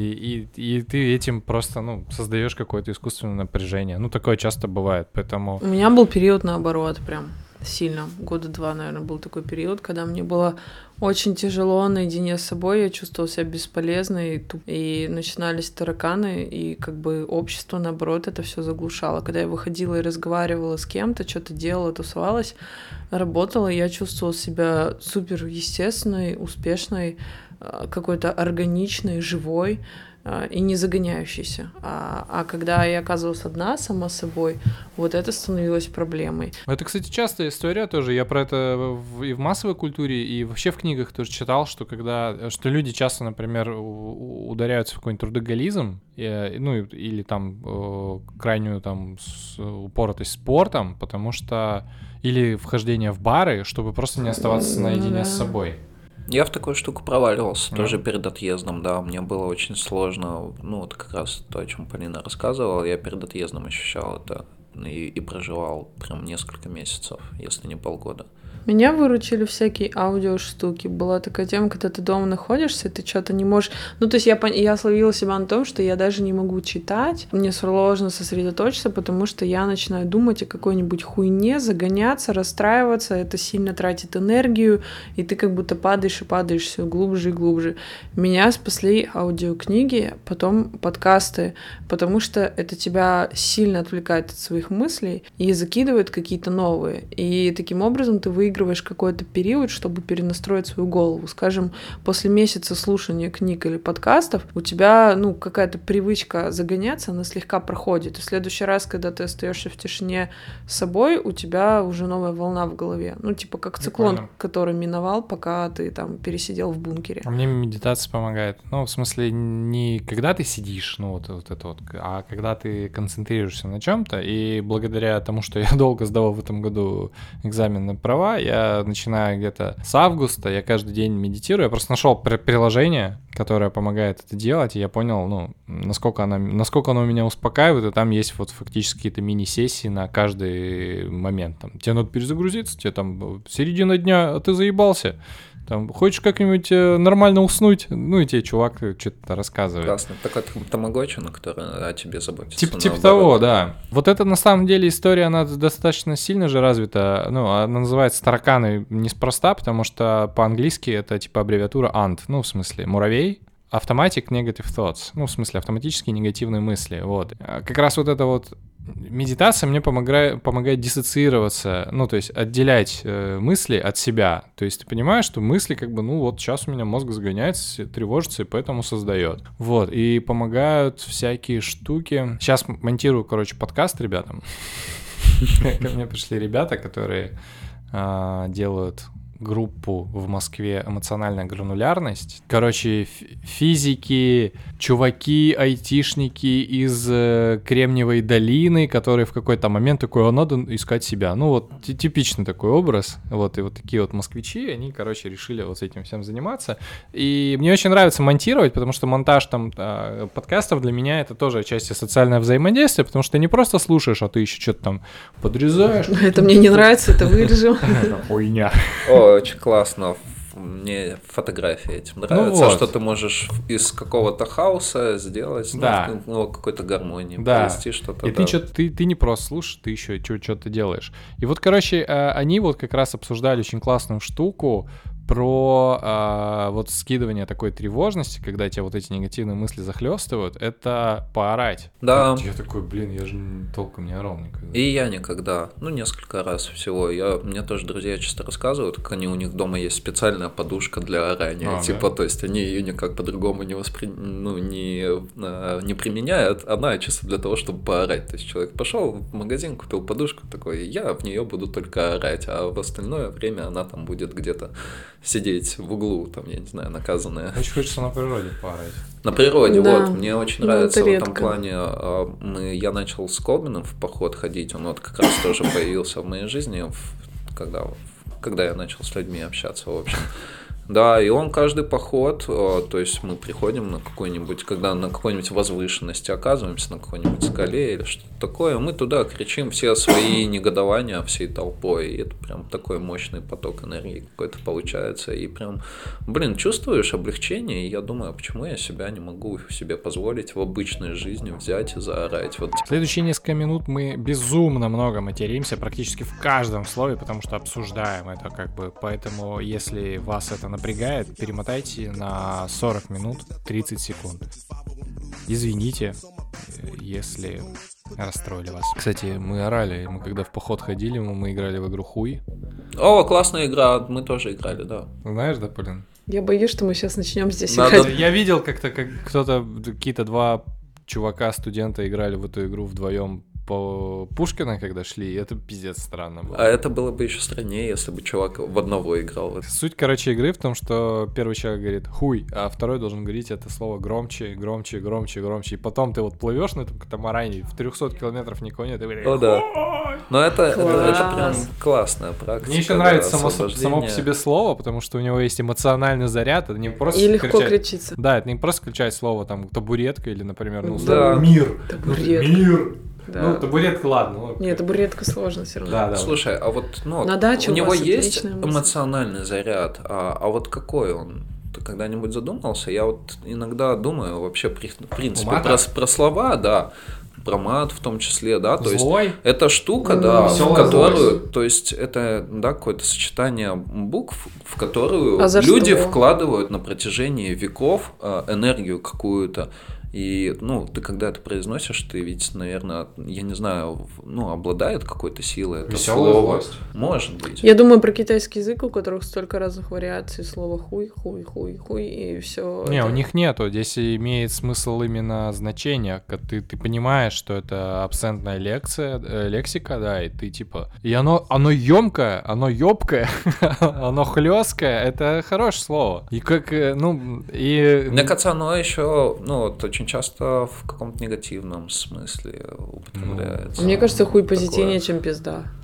и, и, и ты этим просто, ну, создаешь какое-то искусственное напряжение. Ну, такое часто бывает, поэтому...
У меня был период наоборот, прям сильно. Года два, наверное, был такой период, когда мне было очень тяжело наедине с собой, я чувствовала себя бесполезной, и, туп... и начинались тараканы, и как бы общество, наоборот, это все заглушало. Когда я выходила и разговаривала с кем-то, что-то делала, тусовалась, работала, я чувствовала себя супер естественной, успешной, какой-то органичной, живой и не загоняющейся. А, а когда я оказывалась одна сама собой, вот это становилось проблемой.
Это, кстати, частая история тоже. Я про это в, и в массовой культуре, и вообще в книгах тоже читал, что когда что люди часто, например, ударяются в какой-нибудь трудоголизм, и, ну или там э, крайнюю там с, упоротость спортом, потому что или вхождение в бары, чтобы просто не оставаться наедине с собой.
Я в такую штуку проваливался, mm. тоже перед отъездом, да, мне было очень сложно, ну, вот как раз то, о чем Полина рассказывала, я перед отъездом ощущал это и, и проживал прям несколько месяцев, если не полгода.
Меня выручили всякие аудиоштуки. Была такая тема, когда ты дома находишься, ты что-то не можешь... Ну, то есть я, я словила себя на том, что я даже не могу читать, мне сложно сосредоточиться, потому что я начинаю думать о какой-нибудь хуйне, загоняться, расстраиваться, это сильно тратит энергию, и ты как будто падаешь и падаешь все глубже и глубже. Меня спасли аудиокниги, потом подкасты, потому что это тебя сильно отвлекает от своих мыслей и закидывает какие-то новые. И таким образом ты выигрываешь какой-то период, чтобы перенастроить свою голову. Скажем, после месяца слушания книг или подкастов у тебя, ну, какая-то привычка загоняться, она слегка проходит. И в следующий раз, когда ты остаешься в тишине с собой, у тебя уже новая волна в голове. Ну, типа как циклон, Прикольно. Который миновал, пока ты там пересидел в бункере.
А мне медитация помогает. Ну, в смысле, не когда ты сидишь, ну, вот, вот это вот, а когда ты концентрируешься на чем-то, и благодаря тому, что я долго сдавал в этом году экзамен на права, я начинаю где-то с августа, я каждый день медитирую, я просто нашел приложение, которое помогает это делать, и я понял, ну, насколько, она, насколько оно меня успокаивает, и там есть вот фактически какие-то мини-сессии на каждый момент. Там, тебе надо перезагрузиться, тебе там середина дня, а ты заебался. Там, хочешь как-нибудь нормально уснуть? Ну, и тебе чувак что-то рассказывает.
Классно. Такой тамагочи, на который о тебе заботится.
Тип, типа того, да. Вот это, на самом деле, история, она достаточно сильно же развита. Ну, она называется тараканы неспроста, потому что по-английски это типа аббревиатура ant, ну, в смысле, муравей. Automatic Negative Thoughts, ну, в смысле, автоматические негативные мысли, вот. Как раз вот это вот медитация мне помогает, помогает диссоциироваться, ну, то есть отделять э, мысли от себя. То есть ты понимаешь, что мысли как бы, ну, вот сейчас у меня мозг загоняется, тревожится, и поэтому создает. Вот, и помогают всякие штуки. Сейчас монтирую, короче, подкаст ребятам. Ко мне пришли ребята, которые делают группу в Москве «Эмоциональная гранулярность». Короче, физики, чуваки, айтишники из э, Кремниевой долины, которые в какой-то момент такой, а надо искать себя. Ну вот, типичный такой образ. Вот, и вот такие вот москвичи, они, короче, решили вот этим всем заниматься. И мне очень нравится монтировать, потому что монтаж там э, подкастов для меня это тоже отчасти социальное взаимодействие, потому что ты не просто слушаешь, а ты еще что-то там подрезаешь.
Это мне не нравится, это вырежу.
Хуйня.
Очень классно. Мне фотографии этим нравятся, ну вот. Что ты можешь из какого-то хаоса сделать,
да.
ну, какой-то гармонии,
да.
провести что-то.
И
да.
ты, ты, ты не просто слушаешь, ты еще что-то делаешь. И вот, короче, они вот как раз обсуждали очень классную штуку про а, вот скидывание такой тревожности, когда тебя вот эти негативные мысли захлестывают, это поорать.
Да.
Я такой, блин, я же толком не орал никогда.
И я никогда, ну несколько раз всего. Я, мне тоже друзья часто рассказывают, как они, у них дома есть специальная подушка для орания, а, типа, да? То есть они ее никак по-другому не воспри... ну, не, не применяют, она чисто для того, чтобы поорать. То есть человек пошел в магазин, купил подушку, такой, я в нее буду только орать, а в остальное время она там будет где-то сидеть в углу, там, я не знаю, наказанная.
Очень хочется на природе поорать.
На природе,
да.
вот. Мне очень
ну,
нравится в
редко.
этом плане. Мы, я начал с Колбином в поход ходить, он вот как раз тоже появился в моей жизни, когда, когда я начал с людьми общаться, в общем. Да, и он каждый поход, то есть мы приходим на какой-нибудь, когда на какой-нибудь возвышенности оказываемся, на какой-нибудь скале или что-то такое, мы туда кричим все свои негодования всей толпой, и это прям такой мощный поток энергии какой-то получается, и прям, блин, чувствуешь облегчение, и я думаю, почему я себя не могу себе позволить в обычной жизни взять и заорать. Вот.
В следующие несколько минут мы безумно много материмся, практически в каждом слове, потому что обсуждаем это как бы, поэтому если вас это напрягает, перемотайте на сорок минут тридцать секунд. Извините, если расстроили вас. Кстати, мы орали, мы когда в поход ходили, мы, мы играли в игру Хуй.
О, классная игра, мы тоже играли, да.
Знаешь, да, Полин?
Я боюсь, что мы сейчас начнем здесь
Надо...
играть.
Я видел как-то, как кто-то, какие-то два чувака, студента играли в эту игру вдвоем по Пушкина, когда шли, это пиздец странно было.
А это было бы еще страннее, если бы чувак в одного играл.
Суть, короче, игры в том, что первый человек говорит «хуй», а второй должен говорить это слово громче, громче, громче, громче. И потом ты вот плывешь на этом катамаране, в трехсот километров никого нет, и говоришь «хуй».
О, да. Но это, это, это прям классная практика.
Мне еще нравится само, само по себе слово, потому что у него есть эмоциональный заряд. Это не просто
и легко
кричать.
кричится.
Да, это не просто кричать слово, там, табуретка или, например, ну,
да.
мир.
Табуретка.
Мир.
Да.
Ну, табуретка, ладно. Ну,
нет, табуретка сложно все равно.
Да, да.
Слушай, а вот ну,
на даче
у
у
него
вас
есть
мысль.
эмоциональный заряд, а, а вот какой он? Ты когда-нибудь задумался? Я вот иногда думаю вообще, при, в принципе, про, про слова, да, про мат в том числе, да, то
злой?
есть это штука,
mm,
да, в которую,
злость.
То есть это, да, какое-то сочетание букв, в которую
а
люди
что?
вкладывают на протяжении веков э, энергию какую-то. И, ну, ты когда это произносишь, ты ведь, наверное, я не знаю, ну, обладает какой-то силой это
Веселая
слово.
власть.
Может быть.
Я думаю про китайский язык, у которых столько разных вариаций слова хуй, хуй, хуй, хуй, и все.
Не,
это...
у них нету. Здесь имеет смысл именно значение. Ты, ты понимаешь, что это абсентная лекция, э, лексика, да, и ты типа. И оно, оно емкое, оно ёбкое, оно хлесткое. Это хорошее слово. И как, ну, и.
Мне кажется, оно еще, ну, вот очень часто в каком-то негативном смысле употребляется.
Мне кажется, хуй
Такое.
позитивнее, чем пизда.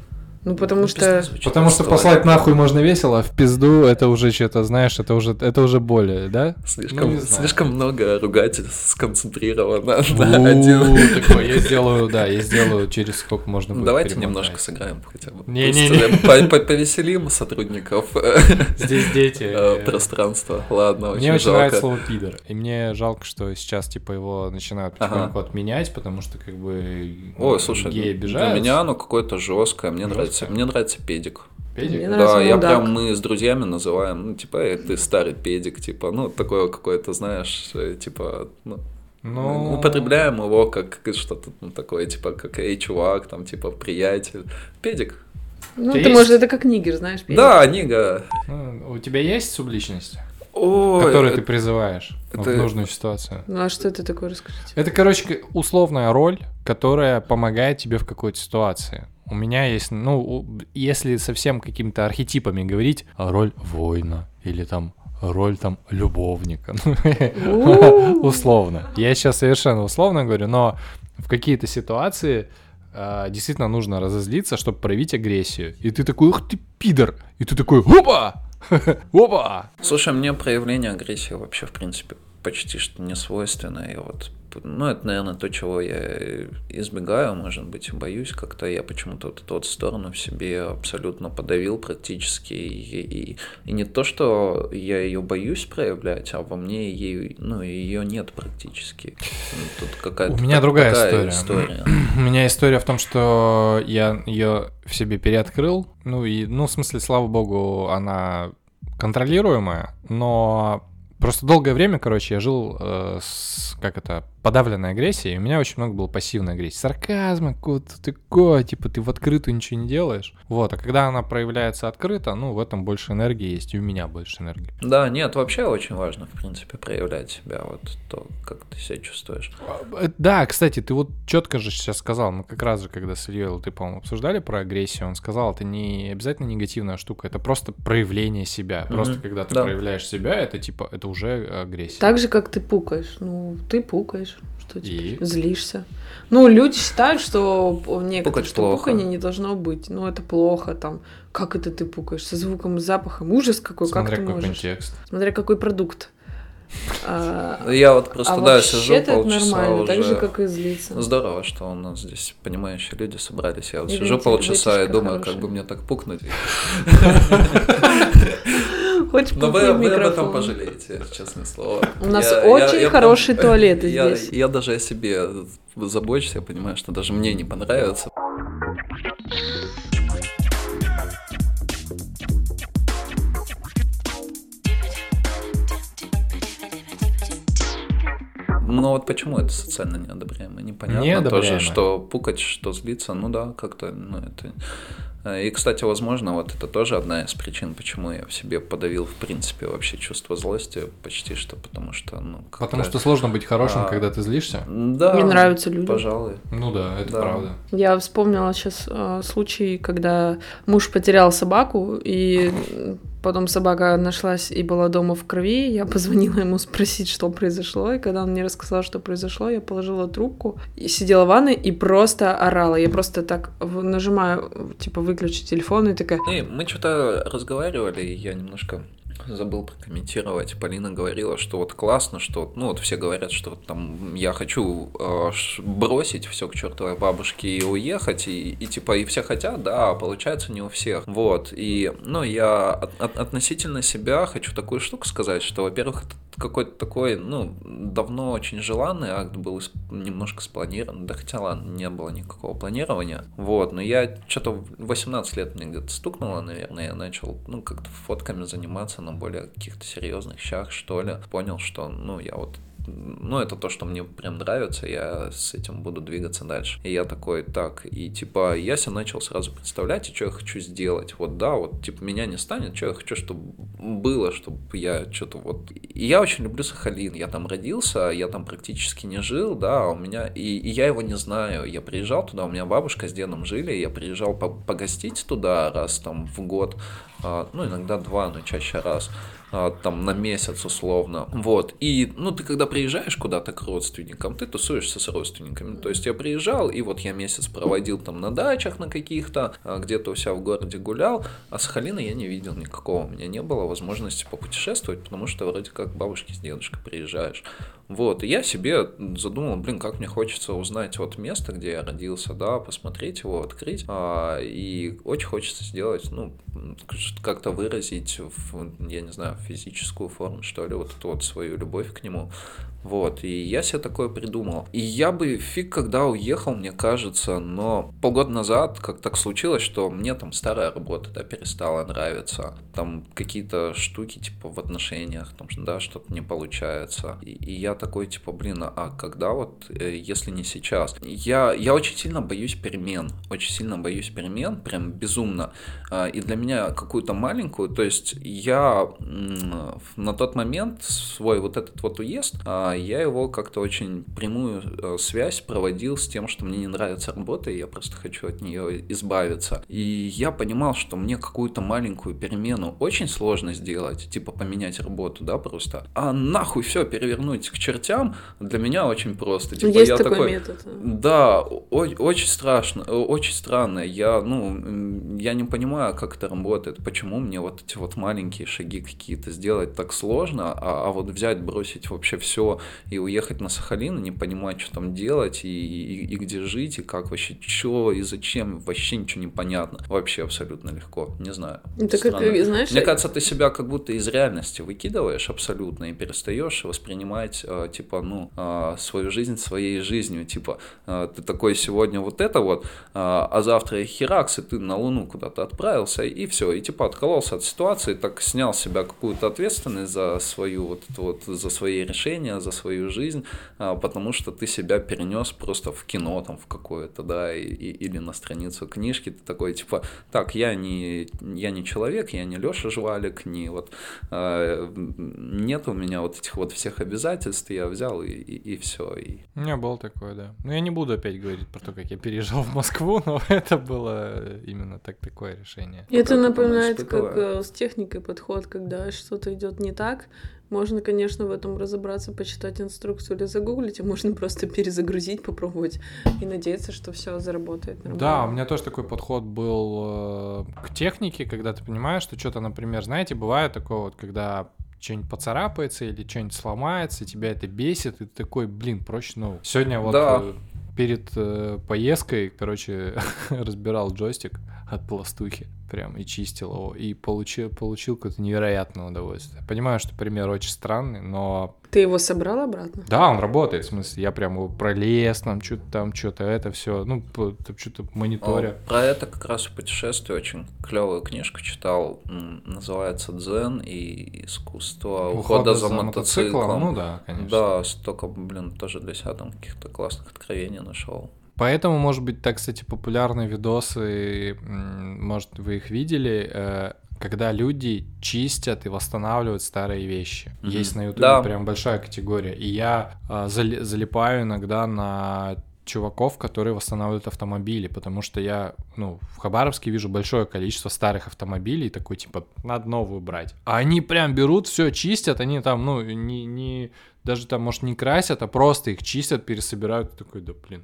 Ну, потому ну, что...
Потому что послать нахуй можно весело, а в пизду это уже что-то, знаешь, это уже, это уже более, да?
Слишком, ну, слишком много ругательств сконцентрировано на один.
Такой, я сделаю, да, я сделаю через сколько можно будет.
Давайте немножко сыграем хотя бы.
Не-не-не.
Повеселим сотрудников.
Здесь дети.
Пространство. Ладно, очень
Мне очень
жалко.
нравится слово пидор. И мне жалко, что сейчас, типа, его начинают потихоньку ага. отменять, потому что, как бы,
ой, слушай,
геи обижаются.
Для меня оно какое-то жесткое. Мне Жесткое? нравится, мне нравится педик.
Педик?
Мне
да,
нравится
я
мудак.
прям, мы с друзьями называем, ну, типа, эй, ты старый педик, типа, ну, такое какое-то, знаешь, типа, ну,
ну...
употребляем его как что-то ну, такое, типа, как, эй, чувак, там, типа, приятель. Педик.
Ну, ты, может, это как нигер, знаешь, педик.
Да, нига.
Ну, у тебя есть субличность?
Ой,
который
это...
ты призываешь это... в нужную ситуацию.
Ну а что это такое, расскажите?
Это, короче, условная роль, которая помогает тебе в какой-то ситуации. У меня есть, ну, если совсем какими-то архетипами говорить, роль воина или там роль там любовника. Условно. Я сейчас совершенно условно говорю, но в какие-то ситуации действительно нужно разозлиться, чтобы проявить агрессию. И ты такой, ух ты, пидор! И ты такой, опа! Опа!
Слушай, мне проявление агрессии вообще, в принципе, почти что не свойственно. Я вот, ну, это, наверное, то, чего я избегаю, может быть, боюсь как-то. Я почему-то вот эту вот сторону в себе абсолютно подавил практически. И, и, и не то, что я ее боюсь проявлять, а во мне ей, ну, ее нет практически. Тут какая-то
У меня другая история.
история.
У меня история в том, что я ее в себе переоткрыл. Ну, и, ну, в смысле, слава богу, она контролируемая, но просто долгое время, короче, я жил э, с, как это, подавленной агрессией, и у меня очень много было пассивной агрессии, сарказма, какого-то такое, типа, ты в открытую ничего не делаешь, вот, а когда она проявляется открыто, ну, в этом больше энергии есть, и у меня больше энергии.
Да, нет, вообще очень важно, в принципе, проявлять себя, вот то, как ты себя чувствуешь.
Да, кстати, ты вот четко же сейчас сказал, мы как раз же, когда с Ильей, ты, по-моему, обсуждали про агрессию, он сказал, это не обязательно негативная штука, это просто проявление себя, mm-hmm. просто когда ты да. проявляешь себя, это, типа, это уже агрессия.
Так же, как ты пукаешь, ну, ты пукаешь. Что теперь? Злишься. Ну, люди считают, что некоторые, что пуканье не должно быть. Ну, это плохо, там. Как это ты пукаешь? Со звуком и запахом. Ужас какой,
Смотря
как ты
какой
можешь?
Контекст.
Смотря какой продукт.
Я вот просто, да, сижу полчаса
нормально,
уже.
Так же, как и злиться.
Здорово, что у нас здесь понимающие люди собрались. Я вот сижу полчаса и думаю, как бы мне так пукнуть. Но вы, вы об этом пожалеете, честное слово.
У нас я, очень я, хорошие я, туалеты
я,
здесь.
Я, я даже о себе забочусь, я понимаю, что даже мне не понравится. Ну вот почему это социально неодобряемо? Непонятно
неодобряемо.
Тоже, что пукать, что злиться, ну да, как-то, ну это... И, кстати, возможно, вот это тоже одна из причин, почему я в себе подавил, в принципе, вообще чувство злости почти что, потому что, ну...
Потому что сложно быть хорошим, а... когда ты злишься?
Да.
Мне нравятся люди.
Пожалуй.
Ну да, это да. правда.
Я вспомнила сейчас э, случай, когда муж потерял собаку, и потом собака нашлась и была дома в крови. Я позвонила ему спросить, что произошло, и когда он мне рассказал, что произошло, я положила трубку, и сидела в ванной и просто орала. Я просто так нажимаю, типа, выключить телефон, и такая...
И мы что-то разговаривали, и я немножко забыл прокомментировать. Полина говорила, что вот классно, что, ну вот все говорят, что вот там я хочу э, бросить все к чертовой бабушке и уехать, и, и типа и все хотят, да, а получается не у всех. Вот, и, ну, я от, от, относительно себя хочу такую штуку сказать, что, во-первых, это какой-то такой, ну, давно очень желанный акт был немножко спланирован, да хотя ладно, не было никакого планирования, вот, но я что-то в восемнадцать лет мне где-то стукнуло, наверное, я начал, ну, как-то фотками заниматься на более каких-то серьезных щах, что ли, понял, что, ну, я вот, ну, это то, что мне прям нравится, я с этим буду двигаться дальше. И я такой, так, и типа, я себе начал сразу представлять, и что я хочу сделать. Вот, да, вот, типа, меня не станет, что я хочу, чтобы было, чтобы я что-то вот... И я очень люблю Сахалин, я там родился, я там практически не жил, да, у меня... И, и я его не знаю, я приезжал туда, у меня бабушка с дедом жили, я приезжал погостить туда раз там в год, ну, иногда два, но чаще раз. там на месяц условно, вот, и, ну, ты когда приезжаешь куда-то к родственникам, ты тусуешься с родственниками, то есть я приезжал, и вот я месяц проводил там на дачах на каких-то, где-то у себя в городе гулял, а Сахалина я не видел никакого, у меня не было возможности попутешествовать, потому что вроде как к бабушке с дедушкой приезжаешь. Вот, и я себе задумал, блин, как мне хочется узнать вот место, где я родился, да, посмотреть его, открыть, а, и очень хочется сделать, ну, как-то выразить, в, я не знаю, физическую форму, что ли, вот эту вот свою любовь к нему. Вот, и я себе такое придумал. И я бы фиг когда уехал, мне кажется, но полгода назад как так случилось, что мне там старая работа, да, перестала нравиться. Там какие-то штуки, типа, в отношениях, там, да, что-то не получается. И, и я такой, типа, блин, а когда вот, если не сейчас? Я, я очень сильно боюсь перемен, очень сильно боюсь перемен, прям безумно. И для меня какую-то маленькую, то есть я на тот момент свой вот этот вот уезд, я его как-то очень прямую связь проводил с тем, что мне не нравится работа, и я просто хочу от нее избавиться. И я понимал, что мне какую-то маленькую перемену очень сложно сделать, типа поменять работу, да, просто. А нахуй все перевернуть к чертям для меня очень просто. Типа,
Есть
я
такой,
такой
метод.
Да, о- очень страшно, очень странно. Я, ну, я не понимаю, как это работает, почему мне вот эти вот маленькие шаги какие-то сделать так сложно, а, а вот взять, бросить вообще все и уехать на Сахалин, и не понимать, что там делать, и, и, и где жить, и как вообще, что и зачем, вообще ничего не понятно. Вообще абсолютно легко, не знаю.
Это как, знаешь,
мне кажется, ты себя как будто из реальности выкидываешь абсолютно и перестаешь воспринимать, э, типа, ну, э, свою жизнь своей жизнью, типа, э, ты такой сегодня вот это вот, э, а завтра херакс, и ты на Луну куда-то отправился, и все, и типа откололся от ситуации, так снял с себя какую-то ответственность за свою вот, вот за свои решения, за свою жизнь, э, потому что ты себя перенес просто в кино там в какое-то, да, и, и, или на страницу книжки, ты такой, типа, так, я не, я не человек, я не Леша Жвалик, не вот, э, нет у меня вот этих вот всех обязательств, я взял и, и, и все. И...
У меня было такое, да. Ну, я не буду опять говорить про то, как я переезжал в Москву, но это было именно так, такое решение.
И это напоминает, как э, с техникой подход, когда что-то идет не так. Можно, конечно, в этом разобраться, почитать инструкцию или загуглить, а можно просто перезагрузить, попробовать и надеяться, что все заработает нормально.
Да, у меня тоже такой подход был э, к технике, когда ты понимаешь, что что-то, например, знаете, бывает такое вот, когда что-нибудь поцарапается или что-нибудь сломается, и тебя это бесит, и ты такой, блин, проще, ну... Сегодня вот
да.
э, перед э, поездкой, короче, разбирал джойстик от пластухи прям и чистил его, и получил, получил какое-то невероятное удовольствие. Понимаю, что пример очень странный, но...
Ты его собрал обратно?
Да, он работает, в смысле, я прям его пролез, там что-то там, что-то это все, ну, что-то мониторя.
О, про это как раз в путешествии очень клевую книжку читал, называется «Дзен и искусство ухода, ухода за, за мотоциклом». мотоциклом.
Ну да, конечно.
Да, столько, блин, тоже для себя там каких-то классных откровений нашел.
Поэтому, может быть, так, кстати, популярные видосы, может, вы их видели, когда люди чистят и восстанавливают старые вещи. Mm-hmm. Есть на Ютубе да. прям большая категория. И я залипаю иногда на чуваков, которые восстанавливают автомобили, потому что я, ну, в Хабаровске вижу большое количество старых автомобилей, такой, типа, надо новую брать. А они прям берут, все чистят, они там, ну, не, не, даже там, может, не красят, а просто их чистят, пересобирают, такой, да, блин.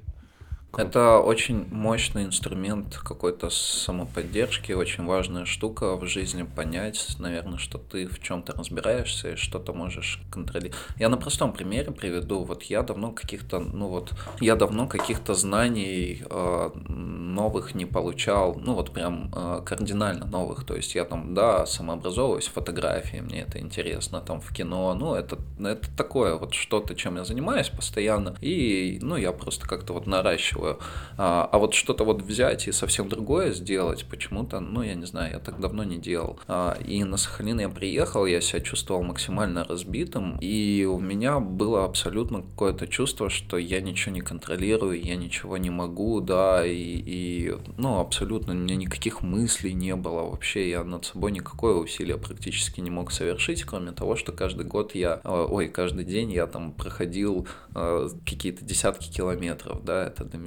Это очень мощный инструмент какой-то самоподдержки, очень важная штука в жизни понять, наверное, что ты в чем-то разбираешься и что-то можешь контролировать. Я на простом примере приведу. Вот я давно каких-то, ну вот, я давно каких-то знаний э, новых не получал, ну вот прям э, кардинально новых. То есть я там, да, самообразовываюсь в фотографии, мне это интересно, там в кино, ну это, это такое вот что-то, чем я занимаюсь постоянно, и, ну, я просто как-то вот наращиваю. А, а вот что-то вот взять и совсем другое сделать почему-то, ну, я не знаю, я так давно не делал. А, и на Сахалин я приехал, я себя чувствовал максимально разбитым, и у меня было абсолютно какое-то чувство, что я ничего не контролирую, я ничего не могу, да, и, и ну, абсолютно у меня никаких мыслей не было вообще, я над собой никакое усилие практически не мог совершить, кроме того, что каждый год я, ой, каждый день я там проходил э, какие-то десятки километров, да, это для меня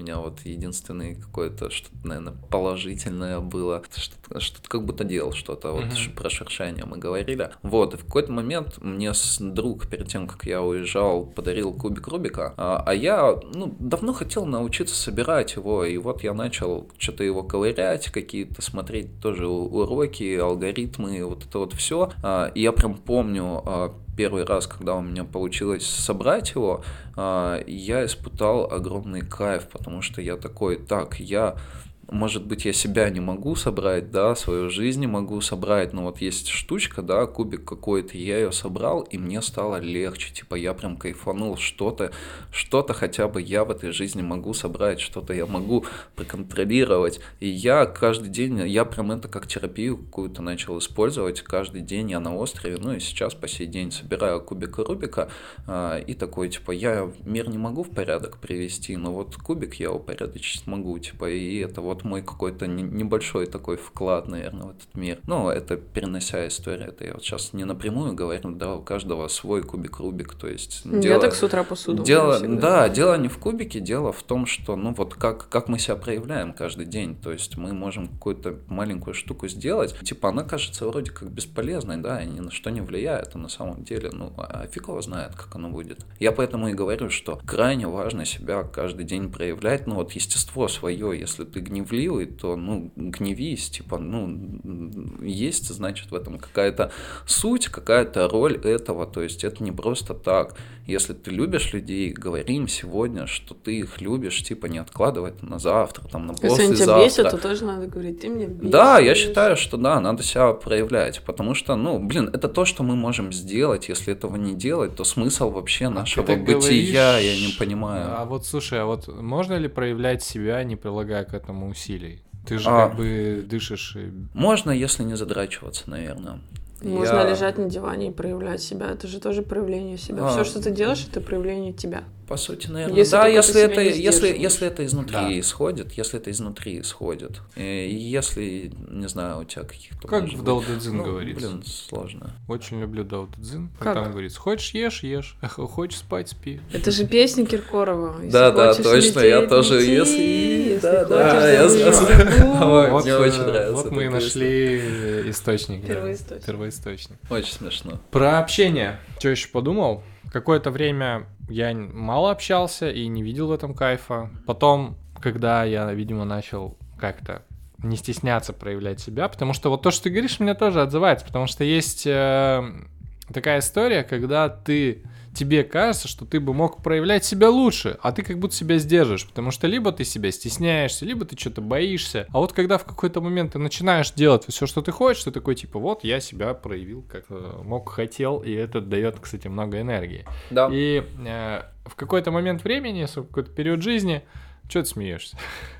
меня вот единственное какое-то что-то, наверное, положительное было, что-то, что-то как будто делал что-то, вот mm-hmm. про шершение мы говорили. Вот, и в какой-то момент мне друг перед тем, как я уезжал, подарил кубик Рубика, а, а я, ну, давно хотел научиться собирать его, и вот я начал что-то его ковырять, какие-то смотреть тоже уроки, алгоритмы, вот это вот все. А, и я прям помню а, первый раз, когда у меня получилось собрать его, а, я испытал огромный кайф, потому что я такой, так, я... Может быть, я себя не могу собрать, да, свою жизнь не могу собрать, но вот есть штучка, да, кубик какой-то, я ее собрал, и мне стало легче, типа я прям кайфанул, что-то, что-то хотя бы я в этой жизни могу собрать, что-то я могу проконтролировать, и я каждый день, я прям это как терапию какую-то начал использовать, каждый день я на острове, ну и сейчас по сей день собираю кубик Рубика, а, и такой, типа, я мир не могу в порядок привести, но вот кубик я упорядочить могу, типа, и это вот Вот мой какой-то небольшой такой вклад, наверное, в этот мир. Ну, это перенося историю, это я вот сейчас не напрямую говорю, да, у каждого свой кубик Рубик, то есть...
Я
дело,
так с утра посуду.
Дело, да, дело не в кубике, дело в том, что, ну, вот как, как мы себя проявляем каждый день, то есть мы можем какую-то маленькую штуку сделать, типа она кажется вроде как бесполезной, да, и ни на что не влияет, а на самом деле, ну, а фиг его знает, как оно будет. Я поэтому и говорю, что крайне важно себя каждый день проявлять, ну, вот естество свое, если ты гнев гневливый, то, ну, гневись, типа, ну, есть, значит, в этом какая-то суть, какая-то роль этого, то есть это не просто так. Если ты любишь людей, говори им сегодня, что ты их любишь, типа, не откладывай это на завтра, там, на послезавтра.
Если они тебя бесят, то тоже надо говорить, ты мне бесишь.
Да, я считаю, что да, надо себя проявлять, потому что, ну, блин, это то, что мы можем сделать, если этого не делать, то смысл вообще нашего а бытия, говоришь... я не понимаю.
А вот, слушай, а вот можно ли проявлять себя, не прилагая к этому усилий? Ты же а, как бы дышишь и...
Можно, если не задрачиваться, наверное.
Можно я... лежать на диване и проявлять себя. Это же тоже проявление себя. А... Все, что ты делаешь, это проявление тебя.
По сути, наверное, если да, если это, если, если это изнутри да. исходит, если это изнутри исходит, и если, не знаю, у тебя каких-то...
Как в Дао Дэ Цзин
ну,
говорится.
Блин, сложно.
Очень люблю Дао Дэ Цзин. Как там говорится, хочешь ешь, ешь, хочешь спать, спи.
Это же песня Киркорова.
Да, да, точно, я тоже, если... Да, да, я
мне очень нравится. Вот мы и нашли источник. Первоисточник.
Очень смешно.
Про общение. Что еще подумал? Какое-то время я мало общался и не видел в этом кайфа. Потом, когда я, видимо, начал как-то не стесняться проявлять себя, потому что вот то, что ты говоришь, меня тоже отзывается, потому что есть э, такая история, когда ты... тебе кажется, что ты бы мог проявлять себя лучше, а ты как будто себя сдерживаешь, потому что либо ты себя стесняешься, либо ты что-то боишься. А вот когда в какой-то момент ты начинаешь делать все, что ты хочешь, ты такой типа, вот, я себя проявил как мог, хотел, и это дает, кстати, много энергии.
Да.
И э, в какой-то момент времени, в какой-то период жизни, что ты смеешься?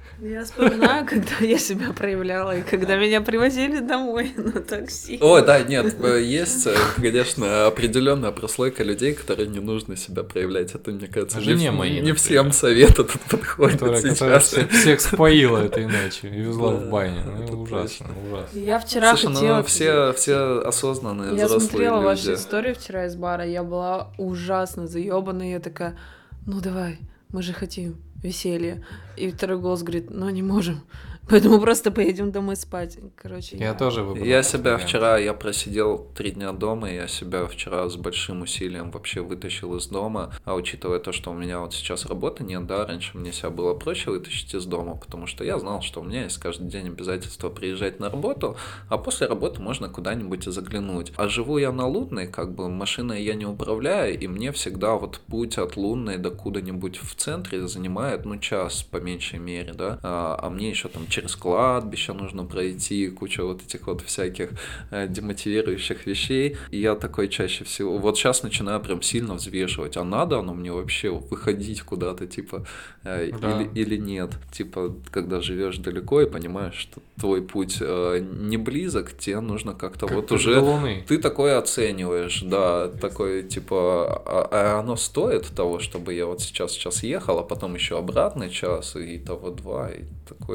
Я вспоминаю, когда я себя проявляла, и когда меня привозили домой на такси.
Ой, да, нет, есть, конечно, определенная прослойка людей, которые не нужно себя проявлять. Это, мне кажется,
не,
мои, не всем совет этот подходит
которая,
сейчас.
Которая всех, всех споила это иначе и везла да, в баню. Ну, ужасно, ужасно.
Я вчера
Слушай,
хотела...
ну, все, все осознанные
я
взрослые люди.
Я смотрела ваши истории вчера из бара, я была ужасно заебанная, я такая, ну давай, мы же хотим веселье. И второй голос говорит, ну не можем, поэтому просто поедем домой спать. Короче,
я, я... тоже выбрал.
Я себя вчера, я просидел три дня дома, и я себя вчера с большим усилием вообще вытащил из дома, а учитывая то, что у меня вот сейчас работы нет, да, раньше мне себя было проще вытащить из дома, потому что я знал, что у меня есть каждый день обязательство приезжать на работу, а после работы можно куда-нибудь заглянуть. А живу я на Лунной, как бы машиной я не управляю, и мне всегда вот путь от Лунной до куда-нибудь в центре занимает, ну, час по меньшей мере, да, а, а мне еще там через кладбище нужно пройти, куча вот этих вот всяких э, демотивирующих вещей, и я такой чаще всего, вот сейчас начинаю прям сильно взвешивать, а надо оно мне вообще выходить куда-то, типа, э, да. или, или нет, типа, когда живешь далеко и понимаешь, что твой путь э, не близок, тебе нужно как-то как вот уже, ты такое оцениваешь, да, такой, типа, а, а оно стоит того, чтобы я вот сейчас, сейчас ехал, а потом еще обратный час, и того два, и такой, типа,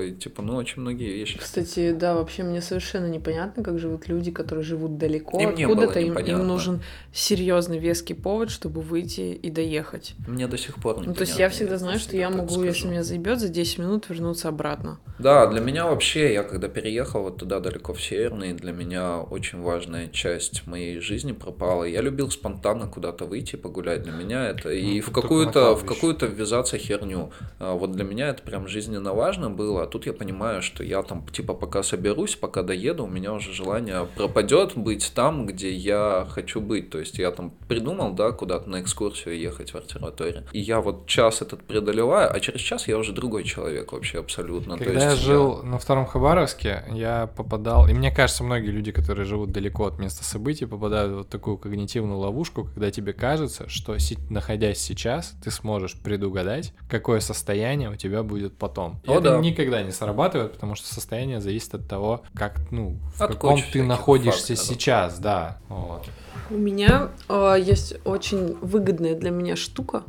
ну, очень многие вещи.
Кстати, да, вообще мне совершенно непонятно, как живут люди, которые живут далеко откуда-то, им, им нужен серьезный веский повод, чтобы выйти и доехать.
Мне до сих пор непонятно.
Ну, то есть я всегда знаю, что я могу, если меня заебет, за десять минут вернуться обратно.
Да, для меня вообще, я когда переехал вот туда далеко в Северный, для меня очень важная часть моей жизни пропала. Я любил спонтанно куда-то выйти, погулять. Для меня это и ну, в какую-то в какую-то ввязаться херню. Вот для меня это прям жизненно важно было. А тут я понимаю, что я там типа пока соберусь, пока доеду, у меня уже желание пропадет быть там, где я хочу быть. То есть я там придумал, да, куда-то на экскурсию ехать в артиллерию. И я вот час этот преодолеваю, а через час я уже другой человек вообще абсолютно.
Когда
То есть
я жил я... на втором Хабаровске, я попадал, и мне кажется, многие люди, которые живут далеко от места событий, попадают в вот такую когнитивную ловушку, когда тебе кажется, что находясь сейчас, ты сможешь предугадать, какое состояние у тебя будет потом. И
О,
это
да.
никогда не срабатывает, потому что состояние зависит от того, как, ну, в
от
каком ты находишься
факторов.
Сейчас, да. Вот.
У меня э, есть очень выгодная для меня штука.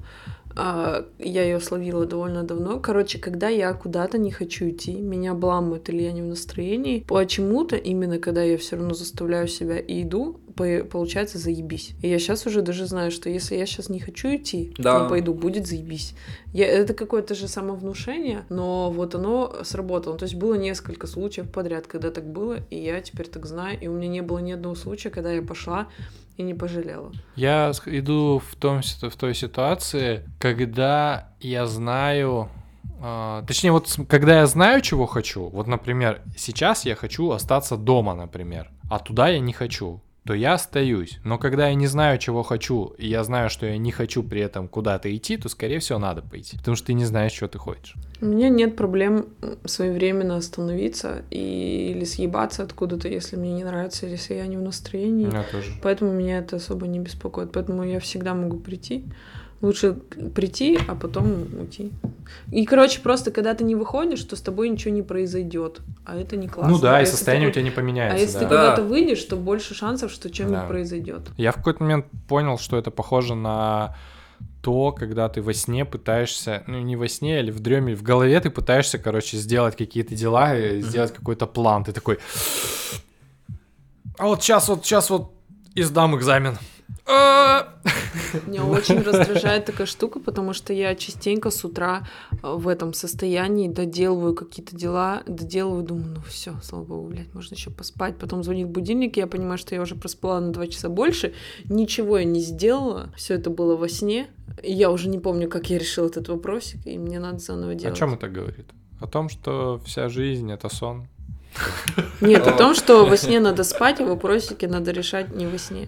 Uh, я ее словила довольно давно. Короче, когда я куда-то не хочу идти, меня обламывают или я не в настроении, почему-то именно когда я все равно заставляю себя и иду, получается заебись. И я сейчас уже даже знаю, что если я сейчас не хочу идти,
да.
не пойду, будет заебись. Я, это какое-то же самовнушение, но вот оно сработало. То есть было несколько случаев подряд, когда так было, и я теперь так знаю, и у меня не было ни одного случая, когда я пошла и не пожалела.
Я иду в, том, в той ситуации, когда я знаю... Э, точнее, вот когда я знаю, чего хочу, вот, например, сейчас я хочу остаться дома, например, а туда я не хочу, то я остаюсь. Но когда я не знаю, чего хочу, и я знаю, что я не хочу при этом куда-то идти, то, скорее всего, надо пойти, потому что ты не знаешь, чего ты хочешь.
У меня нет проблем своевременно остановиться и, или съебаться откуда-то, если мне не нравится, или если я не в настроении.
Я тоже.
Поэтому меня это особо не беспокоит. Поэтому я всегда могу прийти. Лучше прийти, а потом уйти. И, короче, просто когда ты не выходишь, то с тобой ничего не произойдет. А это не классно.
Ну да,
а
и состояние ты... у тебя не поменяется.
А если
да.
ты куда-то выйдешь, то больше шансов, что что-нибудь да. произойдет.
Я в какой-то момент понял, что это похоже на то, когда ты во сне пытаешься, ну не во сне, или в дреме, в голове ты пытаешься, короче, сделать какие-то дела, и сделать mm-hmm. какой-то план. Ты такой, а вот сейчас, вот сейчас вот и сдам экзамен.
Меня очень раздражает такая штука, потому что я частенько с утра в этом состоянии доделываю какие-то дела, доделываю, думаю, ну все, слава богу, блядь, можно еще поспать. Потом звонит будильник, и я понимаю, что я уже проспала на два часа больше, ничего я не сделала, все это было во сне, и я уже не помню, как я решила этот вопросик, и мне надо заново делать.
О чем это говорит? О том, что вся жизнь — это сон?
Нет, о том, что во сне надо спать, а вопросики надо решать не во сне.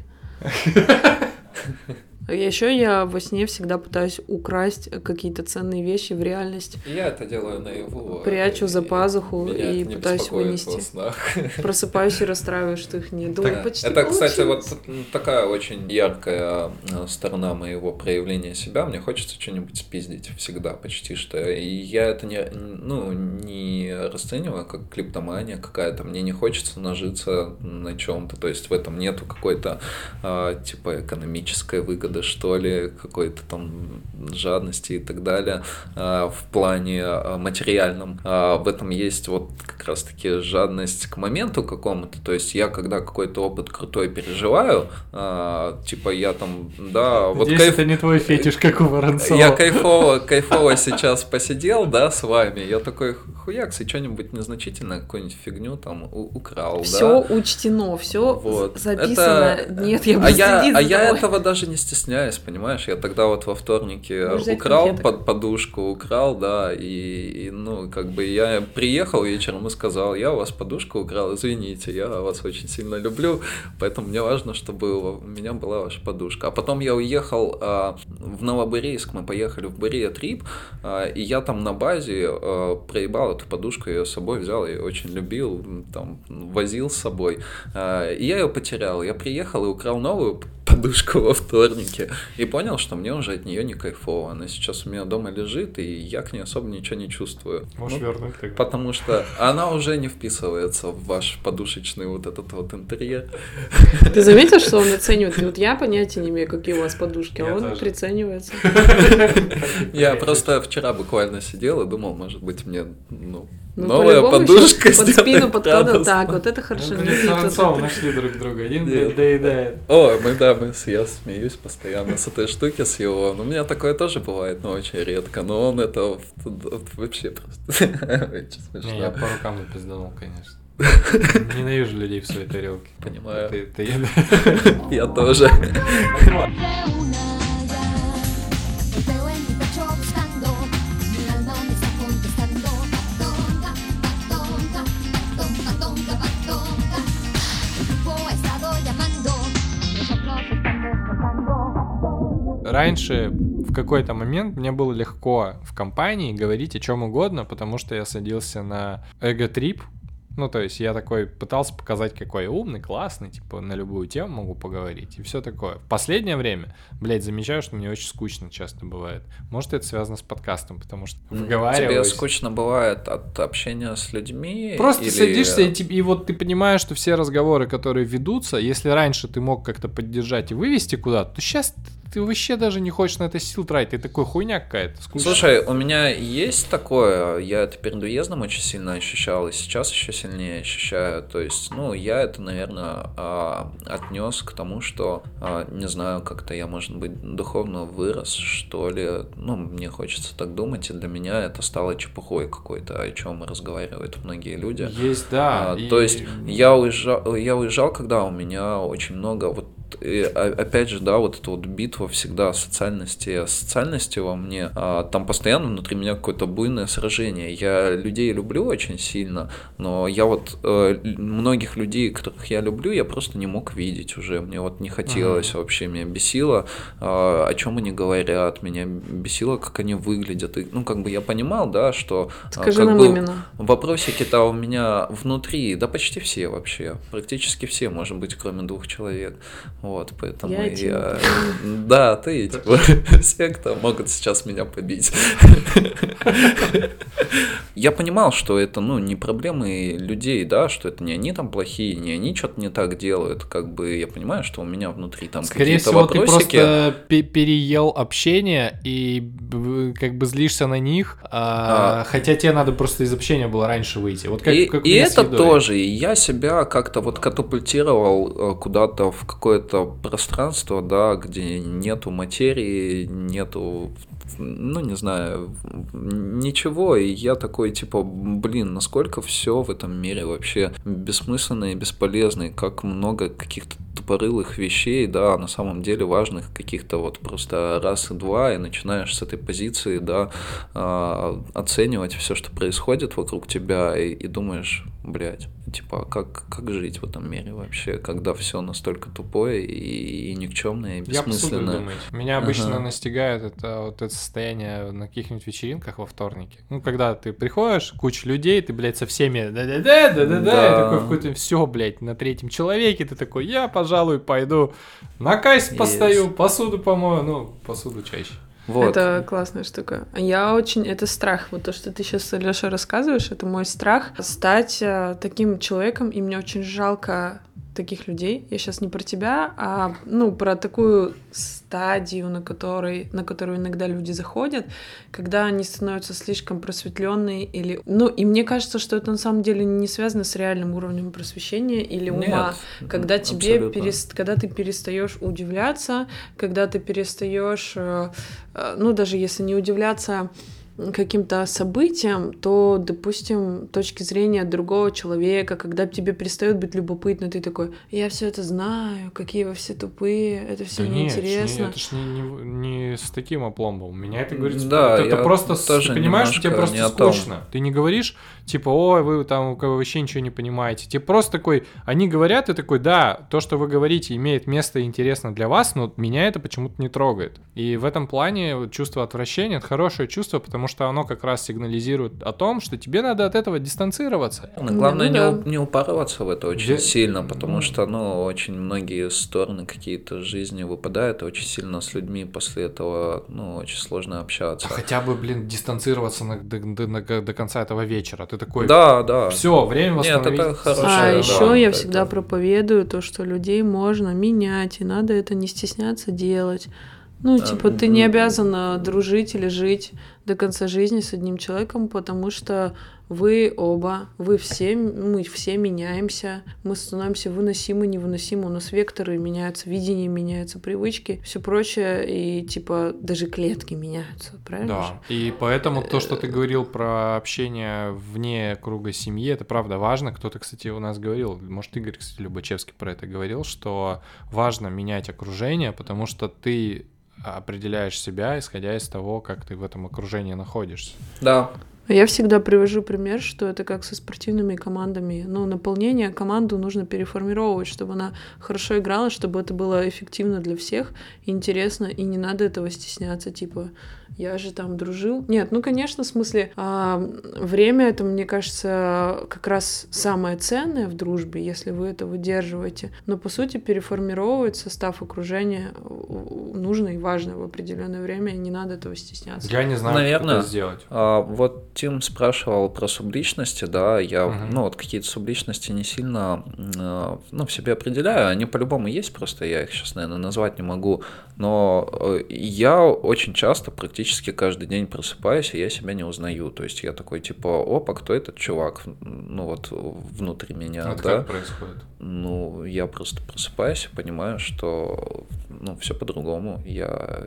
А еще я во сне всегда пытаюсь украсть какие-то ценные вещи в реальность.
Я это делаю наяву.
Прячу за пазуху и пытаюсь вынести. Просыпаюсь и расстраиваюсь, что их нет. Думаю,
да.
почти
Это,
получилось.
Кстати, вот такая очень яркая сторона моего проявления себя. Мне хочется что-нибудь спиздить всегда, почти что. И я это не, ну, не расцениваю как клиптомания какая-то. Мне не хочется нажиться на чем-то. То есть в этом нету какой-то типа экономической выгоды, что ли, какой-то там жадности и так далее в плане материальном. В этом есть вот как раз-таки жадность к моменту какому-то. То есть я, когда какой-то опыт крутой переживаю, типа я там, да...
Вот Надеюсь, кайф... это не твой фетиш, как у Воронцова.
Я кайфово, кайфово сейчас посидел, да, с вами. Я такой хуякс и что-нибудь незначительное, какую-нибудь фигню там украл,
все
да.
учтено, все
вот.
записано. Это... Нет, я буду
а я,
следить
а
за
я
тобой.
этого даже не стесняюсь, понимаешь? Я тогда вот во вторнике
Можно
украл под подушку, украл, да, и, и, ну, как бы я приехал вечером и сказал, я у вас подушку украл, извините, я вас очень сильно люблю, поэтому мне важно, чтобы у меня была ваша подушка. А потом я уехал а, в Новобурейск, мы поехали в Бурия-трип, а, и я там на базе а, проебал эту подушку, я ее с собой взял, я ее очень любил, там, возил с собой, а, и я ее потерял. Я приехал и украл новую подушку во вторнике и понял, что мне уже от нее не кайфово. Она сейчас у меня дома лежит, и я к ней особо ничего не чувствую.
Можешь ну, вернуть тогда.
Потому что она уже не вписывается в ваш подушечный вот этот вот интерьер.
Ты заметил, что он оценивает? Вот я понятия не имею, какие у вас подушки, а он приценивается.
Я просто вчера буквально сидел и думал, может быть, мне, ну,
Ну,
новая подушка
под спину подкладывал. Так, вот это хорошо.
Мы с Воронцовым нашли друг друга. Один, блядь, доедает.
О, мы, да, мы, я смеюсь постоянно с этой штуки, с его. У меня такое тоже бывает, но очень редко. Но он это вообще просто...
Не, я по рукам напизданул, конечно. Ненавижу людей в своей тарелке.
Понимаю.
Ты, ты...
Я тоже.
Раньше в какой-то момент мне было легко в компании говорить о чем угодно, потому что я садился на эго-трип. Ну, то есть я такой пытался показать, какой я умный, классный, типа на любую тему могу поговорить и все такое. В последнее время, блядь, замечаю, что мне очень скучно часто бывает. Может, это связано с подкастом, потому что выговариваюсь.
Тебе скучно бывает от общения с людьми?
Просто
или...
садишься, и, и вот ты понимаешь, что все разговоры, которые ведутся, если раньше ты мог как-то поддержать и вывести куда-то, то сейчас ты вообще даже не хочешь на это сил тратить, ты такой хуйня какая-то. Скучно.
Слушай, у меня есть такое, я это перед уездом очень сильно ощущал, и сейчас еще сильнее ощущаю. То есть, ну, я это, наверное, отнес к тому, что, не знаю, как-то я, может быть, духовно вырос, что ли. Ну, мне хочется так думать, и для меня это стало чепухой какой-то, о чем разговаривают многие люди.
Есть, да.
А,
и...
То есть, я уезжал, я уезжал, когда у меня очень много вот. И, опять же, да, вот эта вот битва всегда социальности, социальности во мне, а, там постоянно внутри меня какое-то буйное сражение. Я людей люблю очень сильно, но я вот э, многих людей, которых я люблю, я просто не мог видеть уже. Мне вот не хотелось uh-huh. вообще, меня бесило, э, о чем они говорят, меня бесило, как они выглядят. И, ну, как бы я понимал, да, что
Скажи
как
нам
бы
именно.
Вопросики-то у меня внутри, да почти все вообще, практически все, может быть, кроме двух человек. Вот, поэтому
я...
я... Да, ты, типа, все, кто могут сейчас меня побить. Я понимал, что это, ну, не проблемы людей, да, что это не они там плохие, не они что-то не так делают, как бы я понимаю, что у меня внутри там
Скорее
какие-то
всего,
вопросики.
Скорее всего, ты просто переел общение и как бы злишься на них, а, а... хотя тебе надо просто из общения было раньше выйти. Вот как,
и
как
и это тоже, и я себя как-то вот катапультировал куда-то в какое-то пространство, да, где нету материи, нету, ну, не знаю, ничего, и я такой, типа, блин, насколько все в этом мире вообще бессмысленно и бесполезно, и как много каких-то тупорылых вещей, да, на самом деле важных каких-то вот просто раз и два, и начинаешь с этой позиции, да, оценивать все, что происходит вокруг тебя, и, и думаешь, блядь, типа, как, как жить в этом мире вообще, когда все настолько тупое и, и никчемное, и бессмысленное.
Я бы Меня обычно ага. настигает это вот это состояние на каких-нибудь вечеринках во вторнике. Ну, когда ты приходишь, куча людей, ты, блядь, со всеми да-да-да, да-да-да, да. и такой в какой-то все, блядь, на третьем человеке, ты такой, я, пожалуй, пойду на кассе yes. постою, посуду помою, ну, посуду чаще.
Вот. Это классная штука. Я очень... Это страх. Вот то, что ты сейчас, Лёша, рассказываешь, это мой страх стать э, таким человеком, и мне очень жалко таких людей. Я сейчас не про тебя, а ну, про такую стадию, на, которой, на которую иногда люди заходят, когда они становятся слишком просветленные или... Ну, и мне кажется, что это на самом деле не связано с реальным уровнем просвещения или ума. Нет, когда тебе перес... когда ты перестаешь удивляться, когда ты перестаешь, ну, даже если не удивляться каким-то событиям, то, допустим, точки зрения другого человека, когда тебе перестает быть любопытно, ты такой, я все это знаю, какие вы все тупые, это все
да
неинтересно.
Нет, это ж не, не, не с таким опломбом. У меня это говорится,
да,
это, это просто, ты понимаешь, что тебе просто скучно. Ты не говоришь, типа, ой, вы там вообще ничего не понимаете. Тебе просто такой, они говорят, и такой, да, то, что вы говорите, имеет место и интересно для вас, но меня это почему-то не трогает. И в этом плане чувство отвращения — это хорошее чувство, потому что оно как раз сигнализирует о том, что тебе надо от этого дистанцироваться.
Но главное ну, да. не, не упарываться в это очень Я... сильно, потому mm. что, ну, очень многие стороны какие-то жизни выпадают, и очень сильно с людьми после этого, ну, очень сложно общаться.
А хотя бы, блин, дистанцироваться на, до, до, до конца этого вечера. Ты такой,
да, да.
Все, время восстановить.
Нет, это хорошее.
А
да,
еще
да,
я
это...
всегда проповедую то, что людей можно менять, и надо это не стесняться делать. Ну, типа, ты не обязана дружить или жить до конца жизни с одним человеком, потому что вы оба, вы все, мы все меняемся, мы становимся выносимы, невыносимы, у нас векторы меняются, видение меняется, привычки, все прочее, и типа даже клетки меняются, правильно?
Да, же? И поэтому то, что ты говорил про общение вне круга семьи, это правда важно. Кто-то, кстати, у нас говорил, может, Игорь, кстати, Любачевский про это говорил, что важно менять окружение, потому что ты определяешь себя, исходя из того, как ты в этом окружении находишься.
Да.
Я всегда привожу пример, что это как со спортивными командами. Ну, наполнение команду нужно переформировать, чтобы она хорошо играла, чтобы это было эффективно для всех, интересно, и не надо этого стесняться, типа, я же там дружил. Нет, ну, конечно, в смысле, а, время это, мне кажется, как раз самое ценное в дружбе, если вы это выдерживаете. Но, по сути, переформировывать состав окружения нужно и важно в определенное время, и не надо этого стесняться.
Я не знаю,
Наверное,
как это сделать.
А, вот Тим спрашивал про субличности, да, я,
Мгм.
ну, вот какие-то субличности не сильно, э, ну, в себе определяю, они по-любому есть, просто я их сейчас, наверное, назвать не могу, но э, я очень часто, практически каждый день просыпаюсь, и я себя не узнаю, то есть я такой, типа, опа, кто этот чувак, ну, вот внутри меня,
Это
да,
как происходит?
ну, я просто просыпаюсь и понимаю, что, ну, все по-другому, я...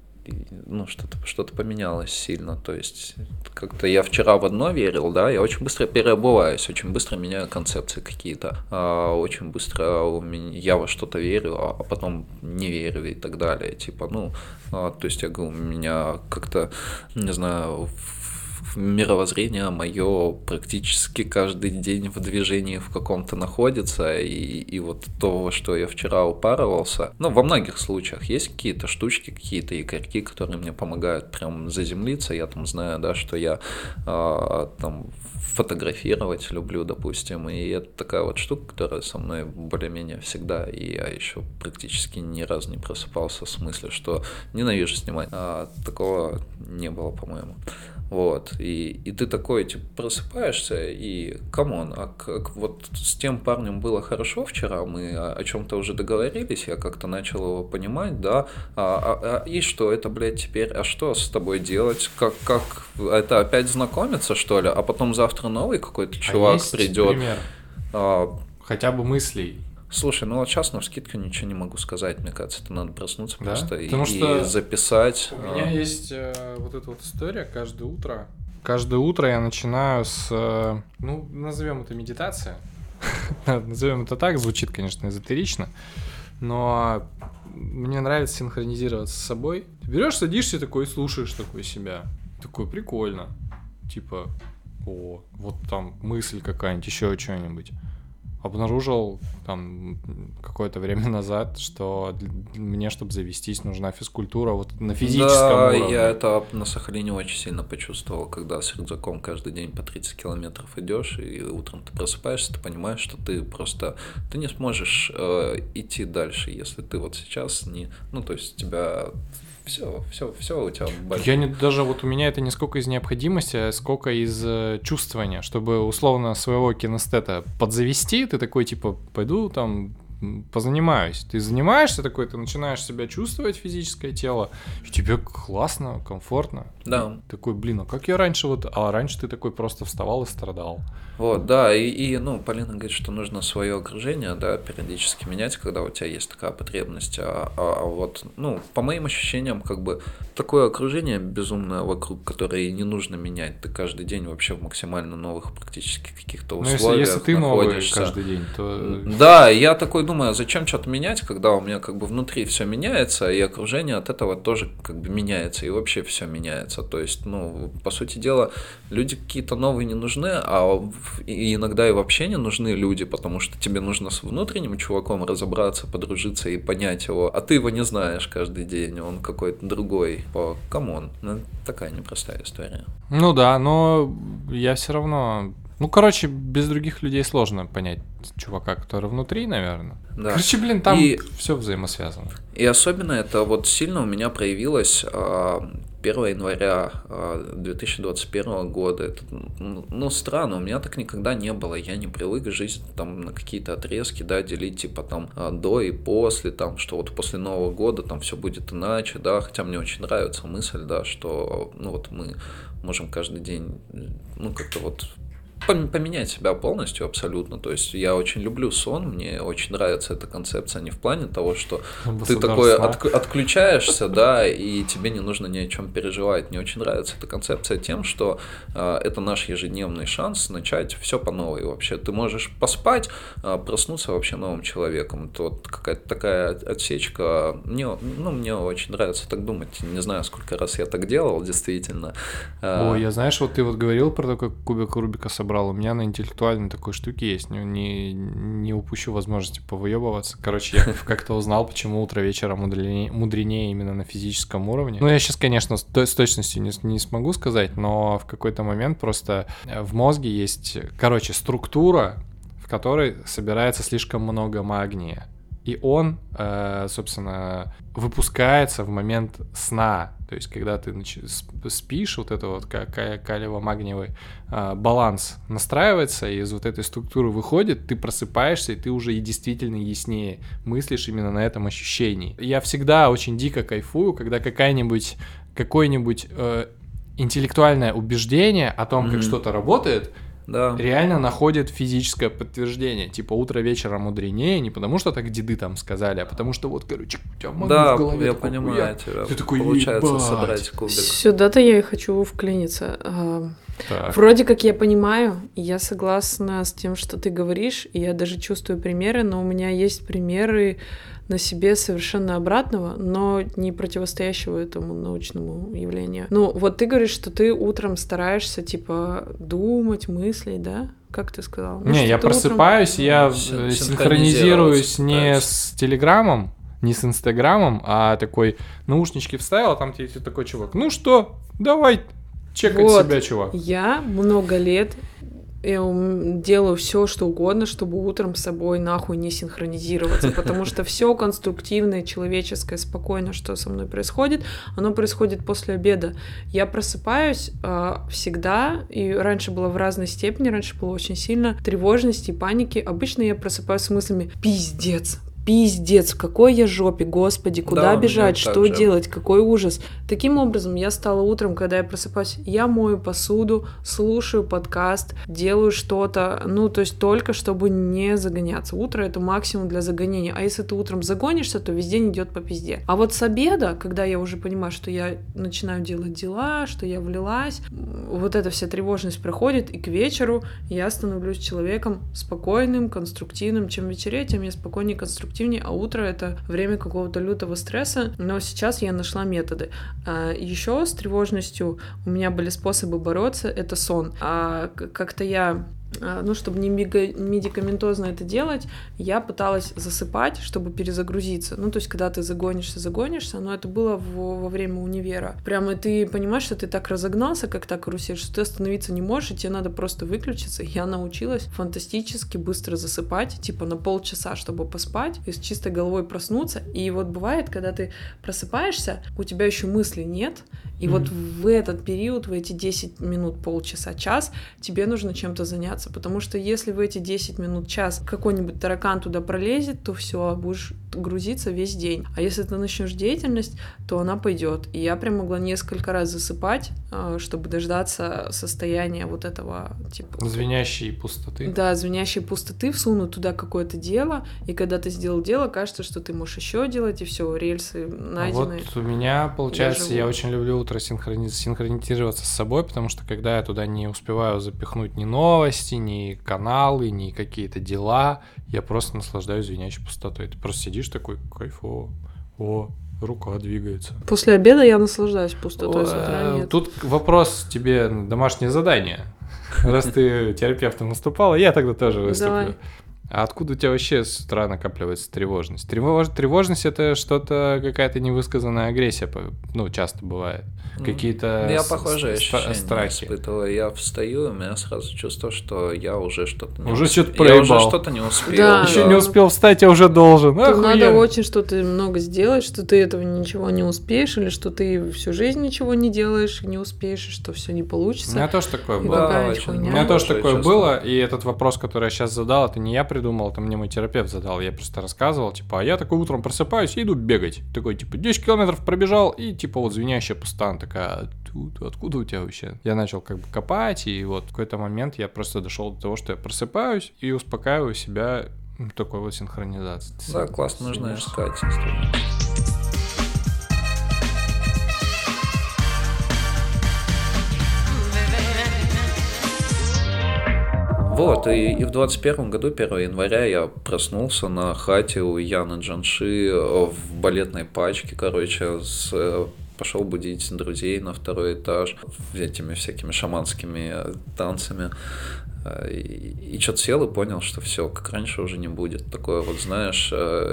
ну, что-то, что-то поменялось сильно, то есть как-то я вчера в одно верил, да, я очень быстро переобуваюсь, очень быстро меняю концепции какие-то, а, очень быстро у меня, я во что-то верю, а потом не верю и так далее, типа, ну, а, то есть я говорю, у меня как-то, не знаю, мировоззрение мое практически каждый день в движении в каком-то находится, и, и вот то, во что я вчера упарывался, ну, во многих случаях есть какие-то штучки, какие-то якорьки, которые мне помогают прям заземлиться, я там знаю, да, что я а, там фотографировать люблю, допустим, и это такая вот штука, которая со мной более-менее всегда, и я еще практически ни разу не просыпался в смысле, что ненавижу снимать, а такого не было, по-моему. Вот, и, и ты такой, типа, просыпаешься, и, камон, а как вот с тем парнем было хорошо вчера, мы о, о чем-то уже договорились, я как-то начал его понимать, да, а, а, а, и что это, блядь, теперь, а что с тобой делать, как, как, это опять знакомиться, что ли, а потом завтра новый какой-то чувак
а есть
придет.
Пример? А, хотя бы мыслей.
Слушай, ну вот сейчас навскидку ничего не могу сказать, мне кажется, это надо проснуться, да? Просто и,
что
и записать.
У меня есть э, вот эта вот история каждое утро. Каждое утро я начинаю с, э, ну, назовем это медитация. Назовем это так, звучит, конечно, эзотерично, но мне нравится синхронизироваться с собой. Ты берешь, садишься такой, слушаешь такой себя. Такой, прикольно. Типа, о, вот там мысль какая-нибудь, еще что-нибудь. Обнаружил там какое-то время назад, что мне, чтобы завестись, нужна физкультура вот на физическом
да,
уровне.
Да, я это на Сахалине очень сильно почувствовал, когда с рюкзаком каждый день по тридцать километров идешь, и утром ты просыпаешься, ты понимаешь, что ты просто, ты не сможешь э, идти дальше, если ты вот сейчас не, ну, то есть у тебя... Все, все, все у тебя болит.
Я не, даже вот у меня это не сколько из необходимости, а сколько из э, чувствования, чтобы условно своего кинестета подзавести, ты такой типа пойду там позанимаюсь. Ты занимаешься такой, ты начинаешь себя чувствовать, физическое тело, и тебе классно, комфортно.
Да.
И такой, блин, а как я раньше вот, а раньше ты такой просто вставал и страдал.
Вот, да, и, и, ну, Полина говорит, что нужно свое окружение, да, периодически менять, когда у тебя есть такая потребность, а, а, а вот, ну, по моим ощущениям, как бы, такое окружение безумное вокруг, которое не нужно менять, ты каждый день вообще в максимально новых практически каких-то условиях
находишься. Ну, если, если ты
находишься.
новый каждый день, то...
Да, я такой думаю, зачем что-то менять, когда у меня, как бы, внутри все меняется, и окружение от этого тоже, как бы, меняется, и вообще все меняется, то есть, ну, по сути дела, люди какие-то новые не нужны, а и иногда и вообще не нужны люди, потому что тебе нужно с внутренним чуваком разобраться, подружиться и понять его, а ты его не знаешь каждый день, он какой-то другой. Камон, ну, такая непростая история.
Ну да, но я все равно Ну, короче, без других людей сложно понять чувака, который внутри, наверное.
Да.
Короче, блин, там
и,
все взаимосвязано.
И особенно это вот сильно у меня проявилось первого января две тысячи двадцать первого года. Это, ну, странно, у меня так никогда не было. Я не привык жизнь там на какие-то отрезки, да, делить типа там до и после, там, что вот после Нового года там все будет иначе, да, хотя мне очень нравится мысль, да, что, ну, вот мы можем каждый день, ну, как-то вот поменять себя полностью абсолютно. То есть я очень люблю сон, мне очень нравится эта концепция, не в плане того, что ты такой от, отключаешься, да, и тебе не нужно ни о чем переживать. Мне очень нравится эта концепция тем, что э, это наш ежедневный шанс начать все по новой вообще. Ты можешь поспать, э, проснуться вообще новым человеком. Это вот какая-то такая отсечка. Мне, ну, мне очень нравится так думать. Не знаю, сколько раз я так делал, действительно.
Ой, я знаешь, вот ты вот говорил про то, как кубик Рубика собрал. У меня на интеллектуальной такой штуке есть. Не, не, не упущу возможности повыебываться. Короче, я как-то узнал, почему утро вечера мудренее, мудренее именно на физическом уровне. Ну, я сейчас, конечно, с, с точностью не, не смогу сказать, но в какой-то момент просто в мозге есть, короче, структура, в которой собирается слишком много магния. И он, э, собственно, выпускается в момент сна. То есть, когда ты нач... спишь, вот это вот калиево-магниевый э, баланс настраивается, и из вот этой структуры выходит, ты просыпаешься, и ты уже и действительно яснее мыслишь именно на этом ощущении. Я всегда очень дико кайфую, когда какая-нибудь, какое-нибудь э, интеллектуальное убеждение о том, mm-hmm. как что-то работает,
да.
реально находит физическое подтверждение. Типа утро вечера мудренее, не потому что так деды там сказали, а потому что вот, короче, у тебя магний
да,
в голове.
я
такой,
понимаю
я...
тебя.
Ты такой,
получается
ебать.
Собрать кубик.
Сюда-то я и хочу вклиниться. Так. Вроде как я понимаю, я согласна с тем, что ты говоришь, и я даже чувствую примеры, но у меня есть примеры на себе совершенно обратного, но не противостоящего этому научному явлению. Ну, вот ты говоришь, что ты утром стараешься, типа, думать, мыслить, да? Как ты сказал? Ну,
не, я просыпаюсь, утром... я
Син-
синхронизируюсь не с Телеграмом, не с Инстаграмом, а такой наушнички вставил, а там тебе такой чувак, ну что, давай чекать
вот.
себя, чувак.
Я много лет я делаю все, что угодно, чтобы утром с собой нахуй не синхронизироваться, потому что все конструктивное, человеческое, спокойно, что со мной происходит, оно происходит после обеда. Я просыпаюсь э, всегда, и раньше было в разной степени, раньше было очень сильно тревожности, паники. Обычно я просыпаюсь с мыслями «пиздец». Пиздец, в какой я жопе, господи, куда
да,
бежать, что
же.
делать, какой ужас. Таким образом, я стала утром, когда я просыпаюсь, я мою посуду, слушаю подкаст, делаю что-то, ну, то есть только чтобы не загоняться. Утро — это максимум для загонения, а если ты утром загонишься, то весь день идет по пизде. А вот с обеда, когда я уже понимаю, что я начинаю делать дела, что я влилась, вот эта вся тревожность проходит, и к вечеру я становлюсь человеком спокойным, конструктивным. Чем вечерее, тем я спокойнее, конструктивнее, а утро — это время какого-то лютого стресса, но сейчас я нашла методы. А еще с тревожностью у меня были способы бороться, это сон. А как-то я, ну, чтобы не медикаментозно это делать, я пыталась засыпать, чтобы перезагрузиться. Ну, то есть, когда ты загонишься, загонишься, но это было в, во время универа. Прямо ты понимаешь, что ты так разогнался, как так карусель, что ты остановиться не можешь, и тебе надо просто выключиться. Я научилась фантастически быстро засыпать, типа на полчаса, чтобы поспать, и с чистой головой проснуться. И вот бывает, когда ты просыпаешься, у тебя еще мыслей нет, и mm-hmm. вот в этот период, в эти десять минут, полчаса, час, тебе нужно чем-то заняться, потому что если в эти десять минут, час какой-нибудь таракан туда пролезет, то все, будешь грузиться весь день. А если ты начнешь деятельность, то она пойдет. И я прям могла несколько раз засыпать, чтобы дождаться состояния вот этого типа...
Звенящей пустоты.
Да, звенящей пустоты, всунуть туда какое-то дело, и когда ты сделал дело, кажется, что ты можешь еще делать, и все, рельсы найдены.
Вот у меня, получается, я,
я
очень люблю утро синхрони... синхронизироваться с собой, потому что когда я туда не успеваю запихнуть ни новости, ни каналы, ни какие-то дела, я просто наслаждаюсь звенящей пустотой. Ты просто сидишь такой, кайфово, о, рука двигается.
После обеда я наслаждаюсь пустотой, с утра нет.
Тут вопрос тебе, домашнее задание. Раз ты терапевтом выступала, я тогда тоже выступлю. А откуда у тебя вообще с утра накапливается тревожность? Тревож... Тревожность — это что-то, какая-то невысказанная агрессия, ну, часто бывает. Какие-то
я
с-
похожие
с-
ощущения
страхи.
испытываю. Я встаю, и у меня сразу чувство, что я уже что-то не
Уже
усп-
что-то
Я
проебал.
уже что-то не успел.
Да.
Еще не успел встать, а уже должен.
То надо
Охуенно.
очень что-то много сделать, что ты этого ничего не успеешь, или что ты всю жизнь ничего не делаешь и не успеешь, и что все не
У
получится.
меня тоже такое
И
было.
какая-нибудь
очень
У
хуйня.
меня тоже
Большое
такое
чувство.
было, и этот вопрос, который я сейчас задал, это не я придумал, это мне мой терапевт задал. Я просто рассказывал, типа, а я такой утром просыпаюсь и иду бегать. Такой, типа, десять километров пробежал, и, типа, вот звенящая пустота такая, «А тут откуда у тебя вообще? Я начал как бы копать, и вот в какой-то момент я просто дошел до того, что я просыпаюсь и успокаиваю себя ну, такой вот синхронизацией.
Да, классно, нужно
С-
искать инструмент. Вот, и, и в двадцать первом году, первого января, я проснулся на хате у Яны Джанши в балетной пачке, короче, с, пошел будить друзей на второй этаж этими всякими шаманскими танцами. И, и что-то сел и понял, что все, как раньше уже не будет. Такое вот, знаешь,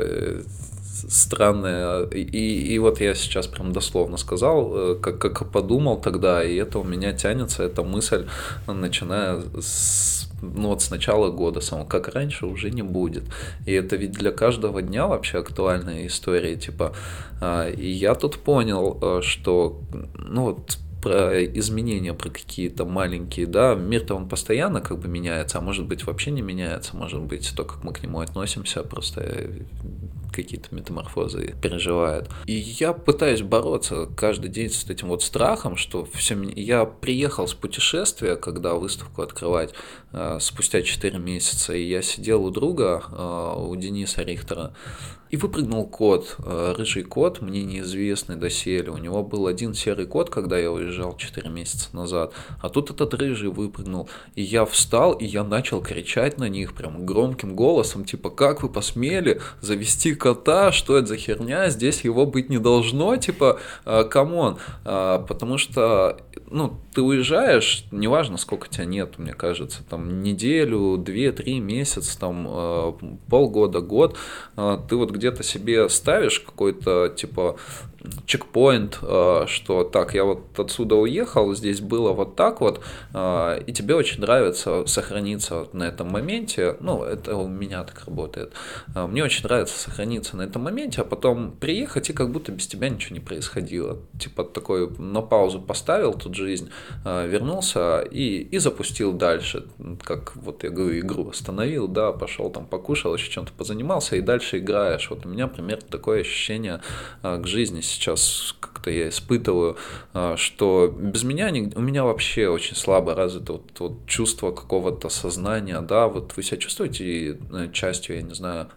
странное. И, и, и вот я сейчас прям дословно сказал, как, как подумал тогда, и это у меня тянется, эта мысль, начиная с ну вот с начала года самого, как раньше уже не будет. И это ведь для каждого дня вообще актуальная история, типа. И я тут понял, что, ну вот, про изменения, про какие-то маленькие, да, мир-то он постоянно как бы меняется, а может быть вообще не меняется, может быть то, как мы к нему относимся, просто какие-то метаморфозы переживает. И я пытаюсь бороться каждый день с этим вот страхом, что все... Я приехал с путешествия, когда выставку открывать, спустя четыре месяца, и я сидел у друга, у Дениса Рихтера, и выпрыгнул кот, рыжий кот, мне неизвестный доселе. У него был один серый кот, когда я уезжал четыре месяца назад, а тут этот рыжий выпрыгнул. И я встал, и я начал кричать на них прям громким голосом, типа, как вы посмели завести кота, что это за херня, здесь его быть не должно, типа, камон. Потому что, ну, ты уезжаешь, неважно, сколько тебя нет, мне кажется, там, неделю, две, три месяца, там, полгода, год, ты вот где-то себе ставишь какой-то, типа, чекпоинт, что так, я вот отсюда уехал, здесь было вот так вот, и тебе очень нравится сохраниться на этом моменте, ну, это у меня так работает, мне очень нравится сохраниться на этом моменте, а потом приехать, и как будто без тебя ничего не происходило, типа, такой на паузу поставил тут жизнь, вернулся и, и запустил дальше, как вот я говорю, игру остановил, да, пошел там покушал, еще чем-то позанимался, и дальше играешь. Вот у меня примерно такое ощущение к жизни сейчас как-то я испытываю, что без меня не, у меня вообще очень слабо развито вот, вот чувство какого-то сознания, да, вот вы себя чувствуете частью, я не знаю,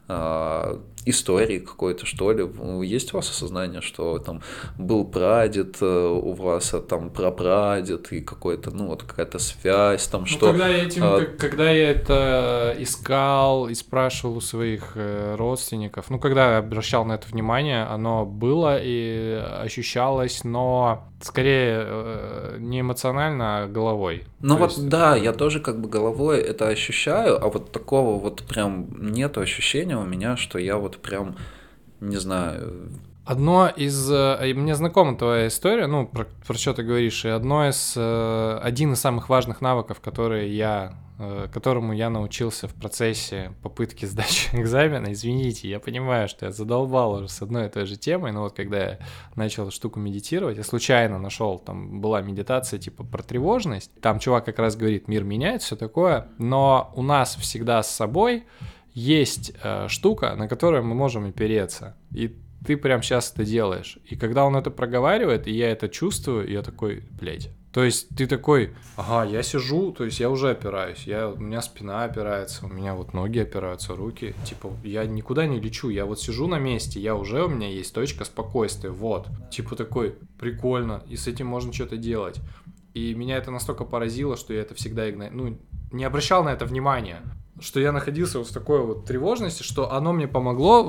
истории какой-то, что ли, есть у вас осознание, что там был прадед у вас, а там прапрадед и какой-то, ну вот какая-то связь, там
ну,
что...
Когда я, этим,
а...
когда я это искал и спрашивал у своих родственников, ну, когда я обращал на это внимание, оно было и ощущалось, но скорее не эмоционально, а головой.
Ну
То
вот
есть...
да, я тоже как бы головой это ощущаю, а вот такого вот прям нету ощущения у меня, что я вот прям, не знаю...
Одно из... Мне знакома твоя история, ну, про, про что ты говоришь, и одно из... Один из самых важных навыков, которые я... которому я научился в процессе попытки сдачи экзамена. Извините, я понимаю, что я задолбал уже с одной и той же темой, но вот когда я начал эту штуку медитировать, я случайно нашел, там была медитация типа про тревожность, там чувак как раз говорит, мир меняет, все такое, но у нас всегда с собой есть э, штука, на которую мы можем опереться, и ты прям сейчас это делаешь. И когда он это проговаривает, и я это чувствую, я такой, блядь. То есть ты такой, ага, я сижу, то есть я уже опираюсь, я, у меня спина опирается, у меня вот ноги опираются, руки, типа, я никуда не лечу, я вот сижу на месте, я уже, у меня есть точка спокойствия, вот. Типа такой, прикольно, и с этим можно что-то делать. И меня это настолько поразило, что я это всегда игнор... ну, не обращал на это внимания. Что я находился вот в такой вот тревожности, что оно мне помогло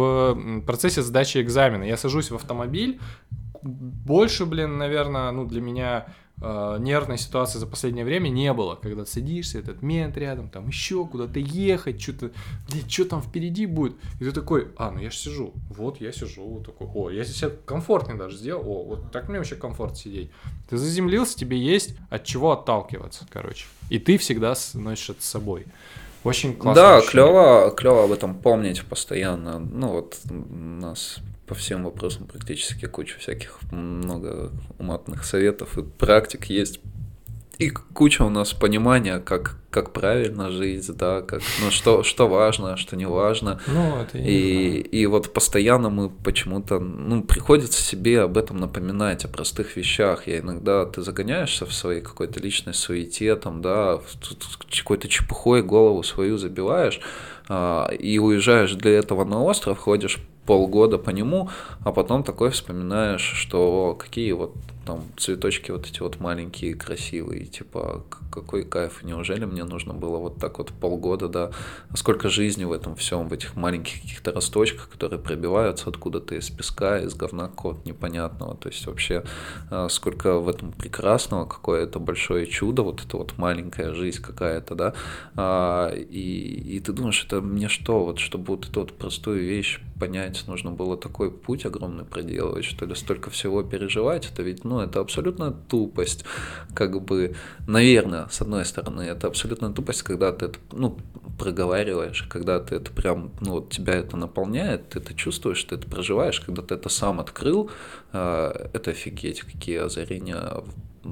в процессе сдачи экзамена. Я сажусь в автомобиль, больше, блин, наверное, ну, для меня э, нервной ситуации за последнее время не было, когда ты садишься, этот мент рядом, там еще куда-то ехать, что-то, блядь, что там впереди будет, и ты такой, а, ну я же сижу, вот я сижу, вот такой, о, я себе комфортнее даже сделал, о, вот так мне вообще комфорт сидеть. Ты заземлился, тебе есть от чего отталкиваться, короче, и ты всегда носишь это с собой. Очень классно.
Да, клево, клево об этом помнить постоянно. Ну вот у нас по всем вопросам практически куча всяких много уматных советов и практик есть. И куча у нас понимания, как, как правильно жить, да, как, ну, что, что важно, что не важно.
Ну, это
и, и вот постоянно мы почему-то, ну, приходится себе об этом напоминать, о простых вещах. Я иногда, ты загоняешься в своей какой-то личной суете, там, да, в какой-то чепухой голову свою забиваешь, а, и уезжаешь для этого на остров, ходишь полгода по нему, а потом такой вспоминаешь, что какие вот там цветочки вот эти вот маленькие, красивые, типа, какой кайф, неужели мне нужно было вот так вот полгода, да, сколько жизни в этом всем, в этих маленьких каких-то росточках, которые пробиваются откуда-то из песка, из говна какого-то непонятного, то есть вообще сколько в этом прекрасного, какое это большое чудо, вот это вот маленькая жизнь какая-то, да, и, и ты думаешь, это мне что, вот чтобы вот эту вот простую вещь понять, нужно было такой путь огромный проделывать, что ли, столько всего переживать, это ведь, ну, это абсолютно тупость, как бы, наверное, с одной стороны, это абсолютно тупость, когда ты это, ну, проговариваешь, когда ты это прям, ну, вот тебя это наполняет, ты это чувствуешь, ты это проживаешь, когда ты это сам открыл, это офигеть, какие озарения,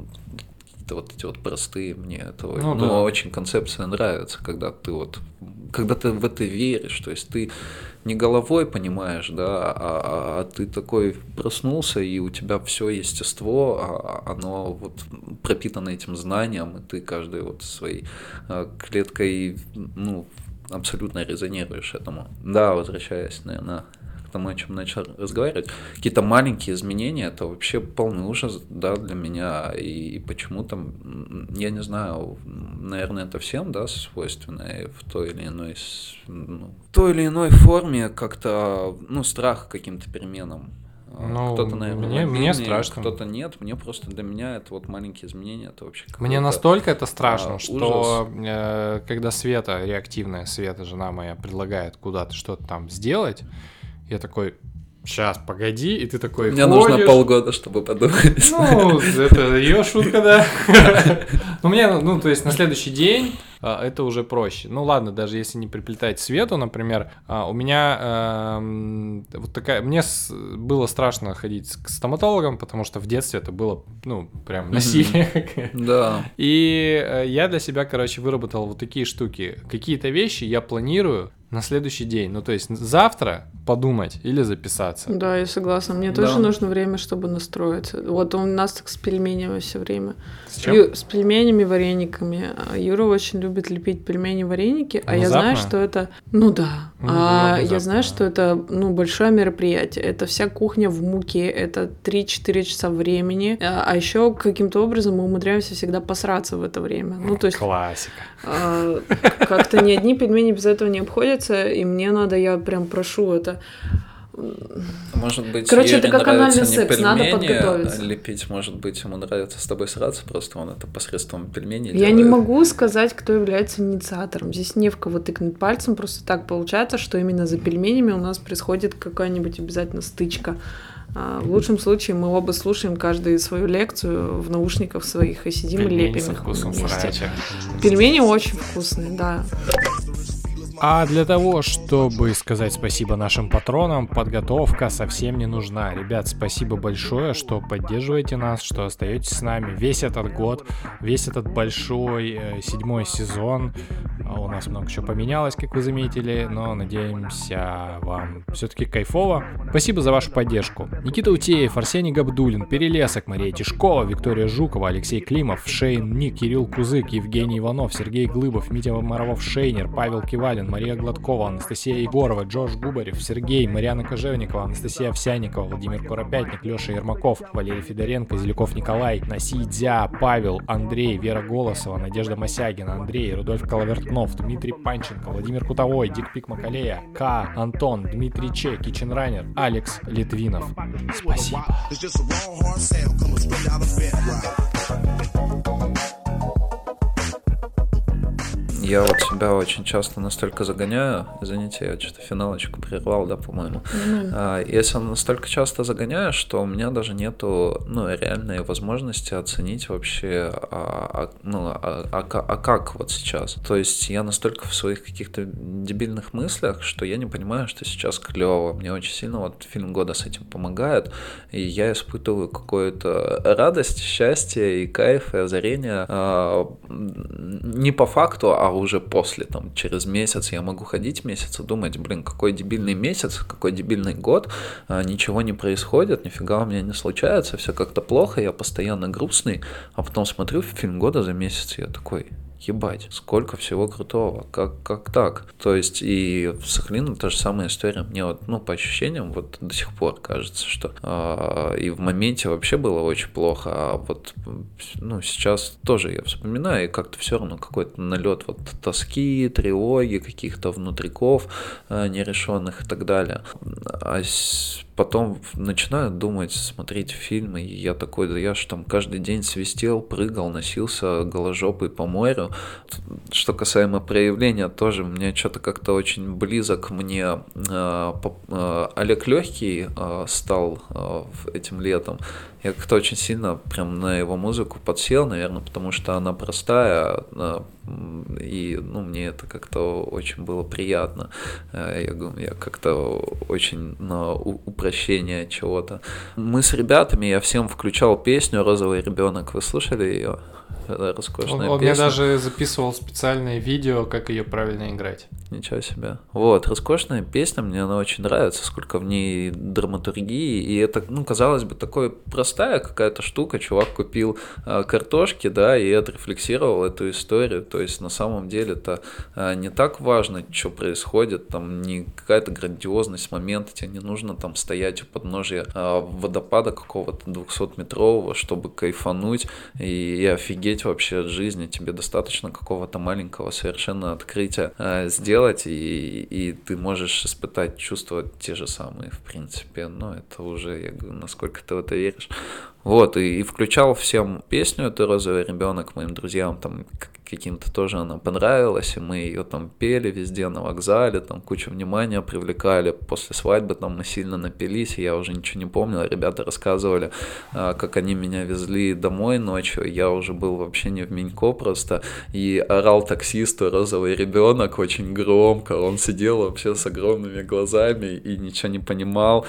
вот эти вот простые, мне это ну, ну, да. очень концепция нравится, когда ты вот, когда ты в это веришь, то есть ты не головой понимаешь, да, а, а ты такой проснулся, и у тебя все естество, а, оно вот пропитано этим знанием, и ты каждой вот своей клеткой, ну, абсолютно резонируешь этому. Да, возвращаясь, наверное, к тому, о чем начал разговаривать, какие-то маленькие изменения, это вообще полный ужас, да, для меня, и, и почему-то, я не знаю, наверное, это всем, да, свойственно, и в той или иной, ну, в той или иной форме как-то, ну, страх к каким-то переменам.
Ну,
кто-то, наверное,
мне, мне страшно.
Кто-то нет. Мне просто для меня это вот маленькие изменения, это вообще
мне настолько это страшно, а, что э, когда Света, реактивная Света, жена моя, предлагает куда-то что-то там сделать, я такой, сейчас, погоди, и ты такой
мне
ходишь.
Нужно полгода, чтобы подумать.
Ну, это ее шутка, да. Ну, мне, ну, то есть на следующий день это уже проще. Ну, ладно, даже если не приплетать Свету, например, у меня вот такая... Мне было страшно ходить к стоматологам, потому что в детстве это было, ну, прям насилие.
Да.
И я для себя, короче, выработал вот такие штуки. Какие-то вещи я планирую на следующий день. Ну, то есть завтра подумать или записаться.
Да, я согласна. Мне да. тоже нужно время, чтобы настроиться. Вот у нас так с пельменями все время.
С чем?
Ю, с пельменями, варениками. Юра очень любит лепить пельмени, вареники, а внезапно? Я знаю, что это... Ну да. Ну, а внезапно, я знаю, да. что это, ну, большое мероприятие. Это вся кухня в муке, это три-четыре часа времени. А, а еще каким-то образом мы умудряемся всегда посраться в это время. Ну, то есть...
Классика.
А, как-то ни одни пельмени без этого не обходятся. И мне надо, я прям прошу это.
Может быть,
короче,
Ере
это как анальный секс,
пельмени
надо подготовиться.
Лепить, может быть, ему нравится с тобой сраться, просто он это посредством пельменей
Я
делает.
не могу сказать, кто является инициатором. Здесь не в кого тыкнуть пальцем, просто так получается, что именно за пельменями у нас происходит какая-нибудь обязательно стычка. В лучшем случае мы оба слушаем каждую свою лекцию в наушниках своих и сидим
пельмени
и лепим
со
их
вкусом
вместе. Пельмени очень вкусные, да.
А для того, чтобы сказать спасибо нашим патронам, подготовка совсем не нужна. Ребят, спасибо большое, что поддерживаете нас, что остаетесь с нами весь этот год, весь этот большой э, седьмой сезон. У нас много чего поменялось, как вы заметили, но надеемся, вам все-таки кайфово. Спасибо за вашу поддержку. Никита Утеев, Арсений Габдулин, Перелесок, Мария Тишкова, Виктория Жукова, Алексей Климов, Шейн Ник, Кирилл Кузык, Евгений Иванов, Сергей Глыбов, Митя Моровов-Шейнер, Павел Кивалин, Мария Гладкова, Анастасия Егорова, Джош Губарев, Сергей, Марьяна Кожевникова, Анастасия Овсянникова, Владимир Куропятник, Леша Ермаков, Валерий Федоренко, Зеляков Николай, Наси Дзя, Павел, Андрей, Вера Голосова, Надежда Мосягина, Андрей, Рудольф Коловертнов, Дмитрий Панченко, Владимир Кутовой, Дикпик Макалея, К, Антон, Дмитрий Че, Киченранер, Алекс Литвинов. Спасибо.
Я вот себя очень часто настолько загоняю, извините, я что-то финалочку прервал, да, по-моему. Mm-hmm. А, если настолько часто загоняю, что у меня даже нету, ну, реальной возможности оценить вообще, а, а, ну, а, а, а как вот сейчас. То есть я настолько в своих каких-то дебильных мыслях, что я не понимаю, что сейчас клево. Мне очень сильно вот фильм года с этим помогает, и я испытываю какую-то радость, счастье и кайф, и озарение а, не по факту, а уже после, там, через месяц я могу ходить месяц и думать, блин, какой дебильный месяц, какой дебильный год, а, ничего не происходит, нифига у меня не случается, все как-то плохо, я постоянно грустный, а потом смотрю фильм года за месяц, и я такой... Ебать, сколько всего крутого, как, как так? То есть и в Сахалине та же самая история. Мне вот, ну, по ощущениям, вот до сих пор кажется, что э, и в моменте вообще было очень плохо, а вот, ну, сейчас тоже я вспоминаю, и как-то все равно какой-то налет вот тоски, тревоги, каких-то внутриков э, нерешенных и так далее. А с... Потом начинаю думать, смотреть фильмы, и я такой, да я ж там каждый день свистел, прыгал, носился голожопый по морю. Что касаемо проявления, тоже мне что-то как-то очень близок мне э, э, Олег Легкий э, стал э, этим летом. Я как-то очень сильно прям на его музыку подсел, наверное, потому что она простая, и, ну, мне это как-то очень было приятно. Я, я как-то очень на упрощение чего-то. Мы с ребятами, я всем включал песню «Розовый ребенок». Вы слушали ее? Роскошная
он, он
песня.
мне даже записывал специальное видео, как ее правильно играть.
Ничего себе. Вот, роскошная песня, мне она очень нравится, сколько в ней драматургии, и это, ну, казалось бы, такой простая какая-то штука, чувак купил э, картошки, да, и отрефлексировал эту историю, то есть на самом деле это э, не так важно, что происходит, там не какая-то грандиозность момента, тебе не нужно там стоять у подножия э, водопада какого-то двухсотметрового, чтобы кайфануть и, и офигеть вообще от жизни, тебе достаточно какого-то маленького совершенно открытия э, сделать, И, и ты можешь испытать чувства те же самые, в принципе. Но это уже, я говорю, насколько ты в это веришь. Вот, и, и включал всем песню эту «Розовый ребенок», моим друзьям там каким-то тоже она понравилась, и мы ее там пели везде на вокзале, там кучу внимания привлекали. После свадьбы там мы сильно напились, и я уже ничего не помнил. Ребята рассказывали, как они меня везли домой ночью, я уже был вообще не в Минько просто, и орал таксисту «Розовый ребенок» очень громко, он сидел вообще с огромными глазами и ничего не понимал,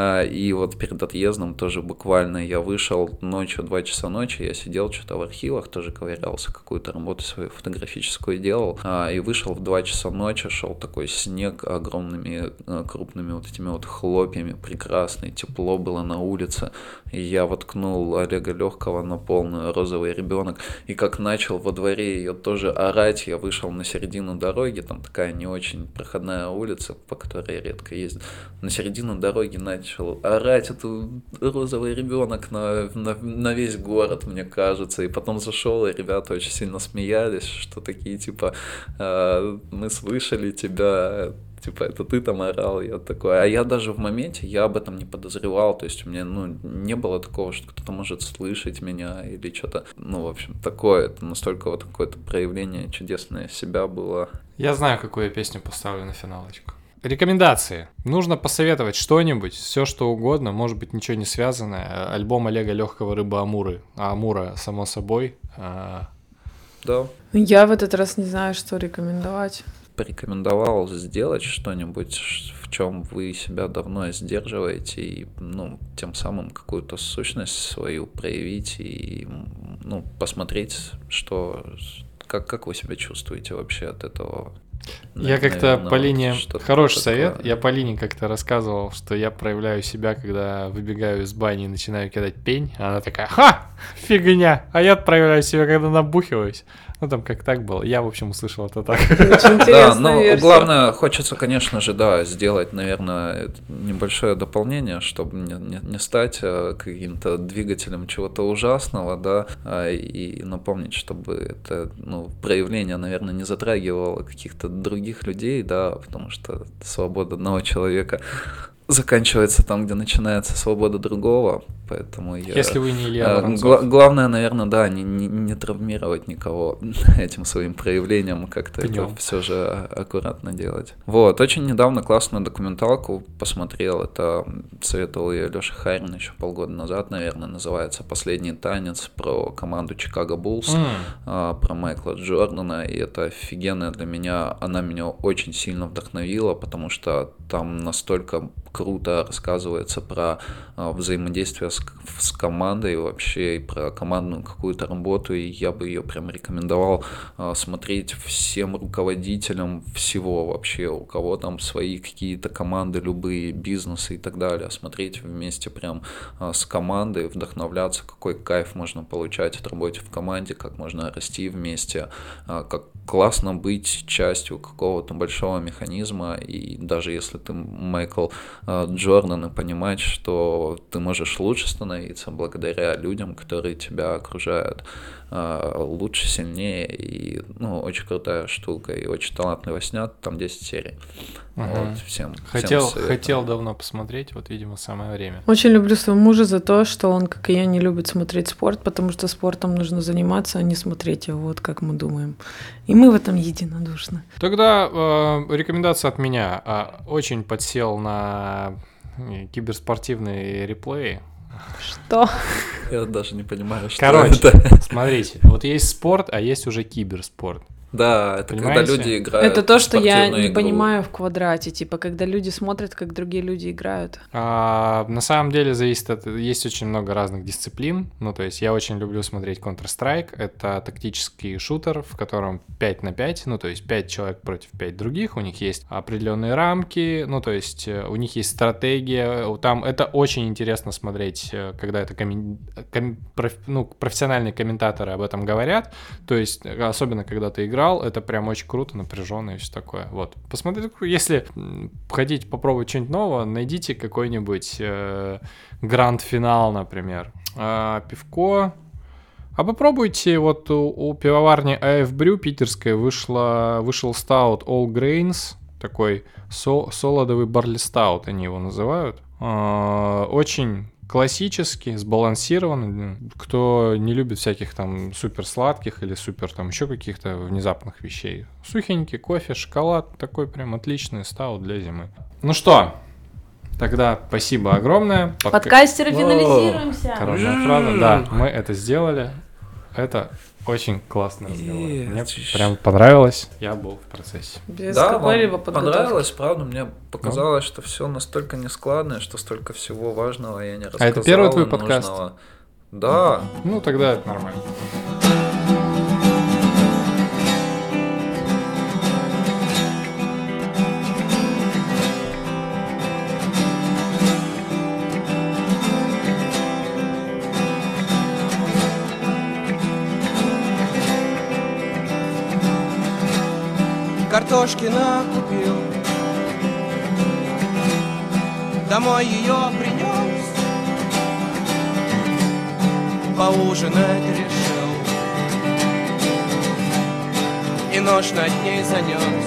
и вот перед отъездом тоже буквально я вышел ночью, два часа ночи, я сидел что-то в архивах, тоже ковырялся, какую-то работу свою фотографическую делал, а, и вышел в два часа ночи, шел такой снег огромными крупными вот этими вот хлопьями, прекрасный, тепло было на улице, и я воткнул Олега Легкого на полную «Розовый ребенок», и как начал во дворе ее тоже орать, я вышел на середину дороги, там такая не очень проходная улица, по которой я редко ездил, на середину дороги начал орать эту «Розовый ребенок» на, на, на весь город, мне кажется, и потом зашел, и ребята очень сильно смеялись, что такие, типа, э, мы слышали тебя, типа, это ты там орал, я такой, а я даже в моменте, я об этом не подозревал, то есть у меня, ну, не было такого, что кто-то может слышать меня или что-то, ну, в общем, такое, это настолько вот какое-то проявление чудесное себя было.
Я знаю, какую я песню поставлю на финалочку. Рекомендации. Нужно посоветовать что-нибудь, все что угодно, может быть, ничего не связанное. Альбом Олега Легкого «Рыба Амуры». А Амура, само собой. А...
Да.
Я в этот раз не знаю, что рекомендовать.
Порекомендовал сделать что-нибудь, в чем вы себя давно сдерживаете, и, ну, тем самым какую-то сущность свою проявить и, ну, посмотреть, что, как, как вы себя чувствуете вообще от этого.
Я как-то Полине... Хороший совет. Я Полине как-то рассказывал, что я проявляю себя, когда выбегаю из бани и начинаю кидать пень. Она такая: ха! Фигня! А я проявляю себя, когда набухиваюсь. Ну, там как так было. Я, в общем, услышал это так.
Очень
да, но версия. Главное, хочется, конечно же, да, сделать, наверное, небольшое дополнение, чтобы не, не, не стать каким-то двигателем чего-то ужасного, да, и напомнить, чтобы это, ну, проявление, наверное, не затрагивало каких-то других людей, да, потому что свобода одного человека заканчивается там, где начинается свобода другого, поэтому я...
Если вы не Илья Воронцов.
Гла- главное, наверное, да, не, не, не травмировать никого этим своим проявлением, как-то Пнем. это все же аккуратно делать. Вот, очень недавно классную документалку посмотрел, это советовал ее Леша Харин еще полгода назад, наверное, называется «Последний танец», про команду Chicago Bulls, mm. а, про Майкла Джордана, и это офигенная для меня, она меня очень сильно вдохновила, потому что там настолько круто рассказывается про а, взаимодействие с, с командой вообще, и про командную какую-то работу, и я бы ее прям рекомендовал а, смотреть всем руководителям всего вообще, у кого там свои какие-то команды, любые бизнесы и так далее, смотреть вместе прям а, с командой, вдохновляться, какой кайф можно получать от работы в команде, как можно расти вместе, а, как классно быть частью какого-то большого механизма, и даже если ты Майкл Джордан, и понимать, что ты можешь лучше становиться благодаря людям, которые тебя окружают, лучше, сильнее, и, ну, очень крутая штука, и очень талантливо снят, там десять серий.
Угу.
Вот, всем,
хотел,
всем
хотел давно посмотреть, вот, видимо, самое время.
Очень люблю своего мужа за то, что он, как и я, не любит смотреть спорт, потому что спортом нужно заниматься, а не смотреть его, вот как мы думаем. И мы в этом единодушны.
Тогда э, рекомендация от меня. Э, очень подсел на киберспортивные реплеи.
Что?
Я даже не понимаю, что
Короче,
это.
Смотрите, вот есть спорт, а есть уже киберспорт.
Да, это
Понимаете?
когда люди играют.
Это то, что я не
игру.
понимаю в квадрате, типа, когда люди смотрят, как другие люди играют.
А, на самом деле зависит от... Есть очень много разных дисциплин. Ну, то есть я очень люблю смотреть Counter-Strike. Это тактический шутер, в котором пять на пять, ну, то есть пять человек против пять других. У них есть определенные рамки, ну, то есть у них есть стратегия. Там это очень интересно смотреть, когда это коммен... ком... проф... ну, профессиональные комментаторы об этом говорят. То есть особенно, когда ты играешь, это прям очень круто, напряженно и все такое. Вот. Посмотрите, если хотите попробовать что-нибудь нового, найдите какой-нибудь э, гранд-финал, например. А, пивко. А попробуйте, вот у, у пивоварни эй эф Brew питерской вышла, вышел стаут All Grains, такой со, солодовый барли стаут, они его называют. А, очень классический, сбалансированный. Кто не любит всяких там супер сладких или супер там еще каких-то внезапных вещей. Сухенький кофе, шоколад, такой прям отличный стаут для зимы. Ну что, тогда спасибо огромное.
Подка... Подкастеры, финализируемся.
Хорошая фраза, да, мы это сделали. Это очень классно разговор. Мне прям понравилось. Я был в процессе.
Без
да,
какой-либо
вам понравилось, правда. Мне показалось, ну? что все настолько нескладное, что столько всего важного я не рассказал.
А это первый твой подкаст?
Нужного. Да.
Ну, тогда это нормально.
Картошки накупил, домой ее принес, поужинать решил и нож над ней занес.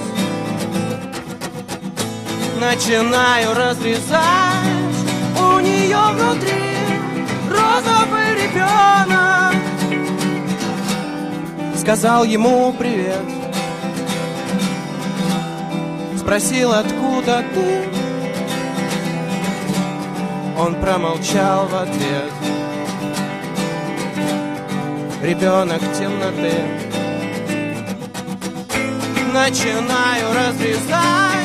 Начинаю разрезать, у нее внутри розовый ребенок. Сказал ему привет, спросил, откуда ты. Он промолчал в ответ. Ребенок темноты. Начинаю разрезать,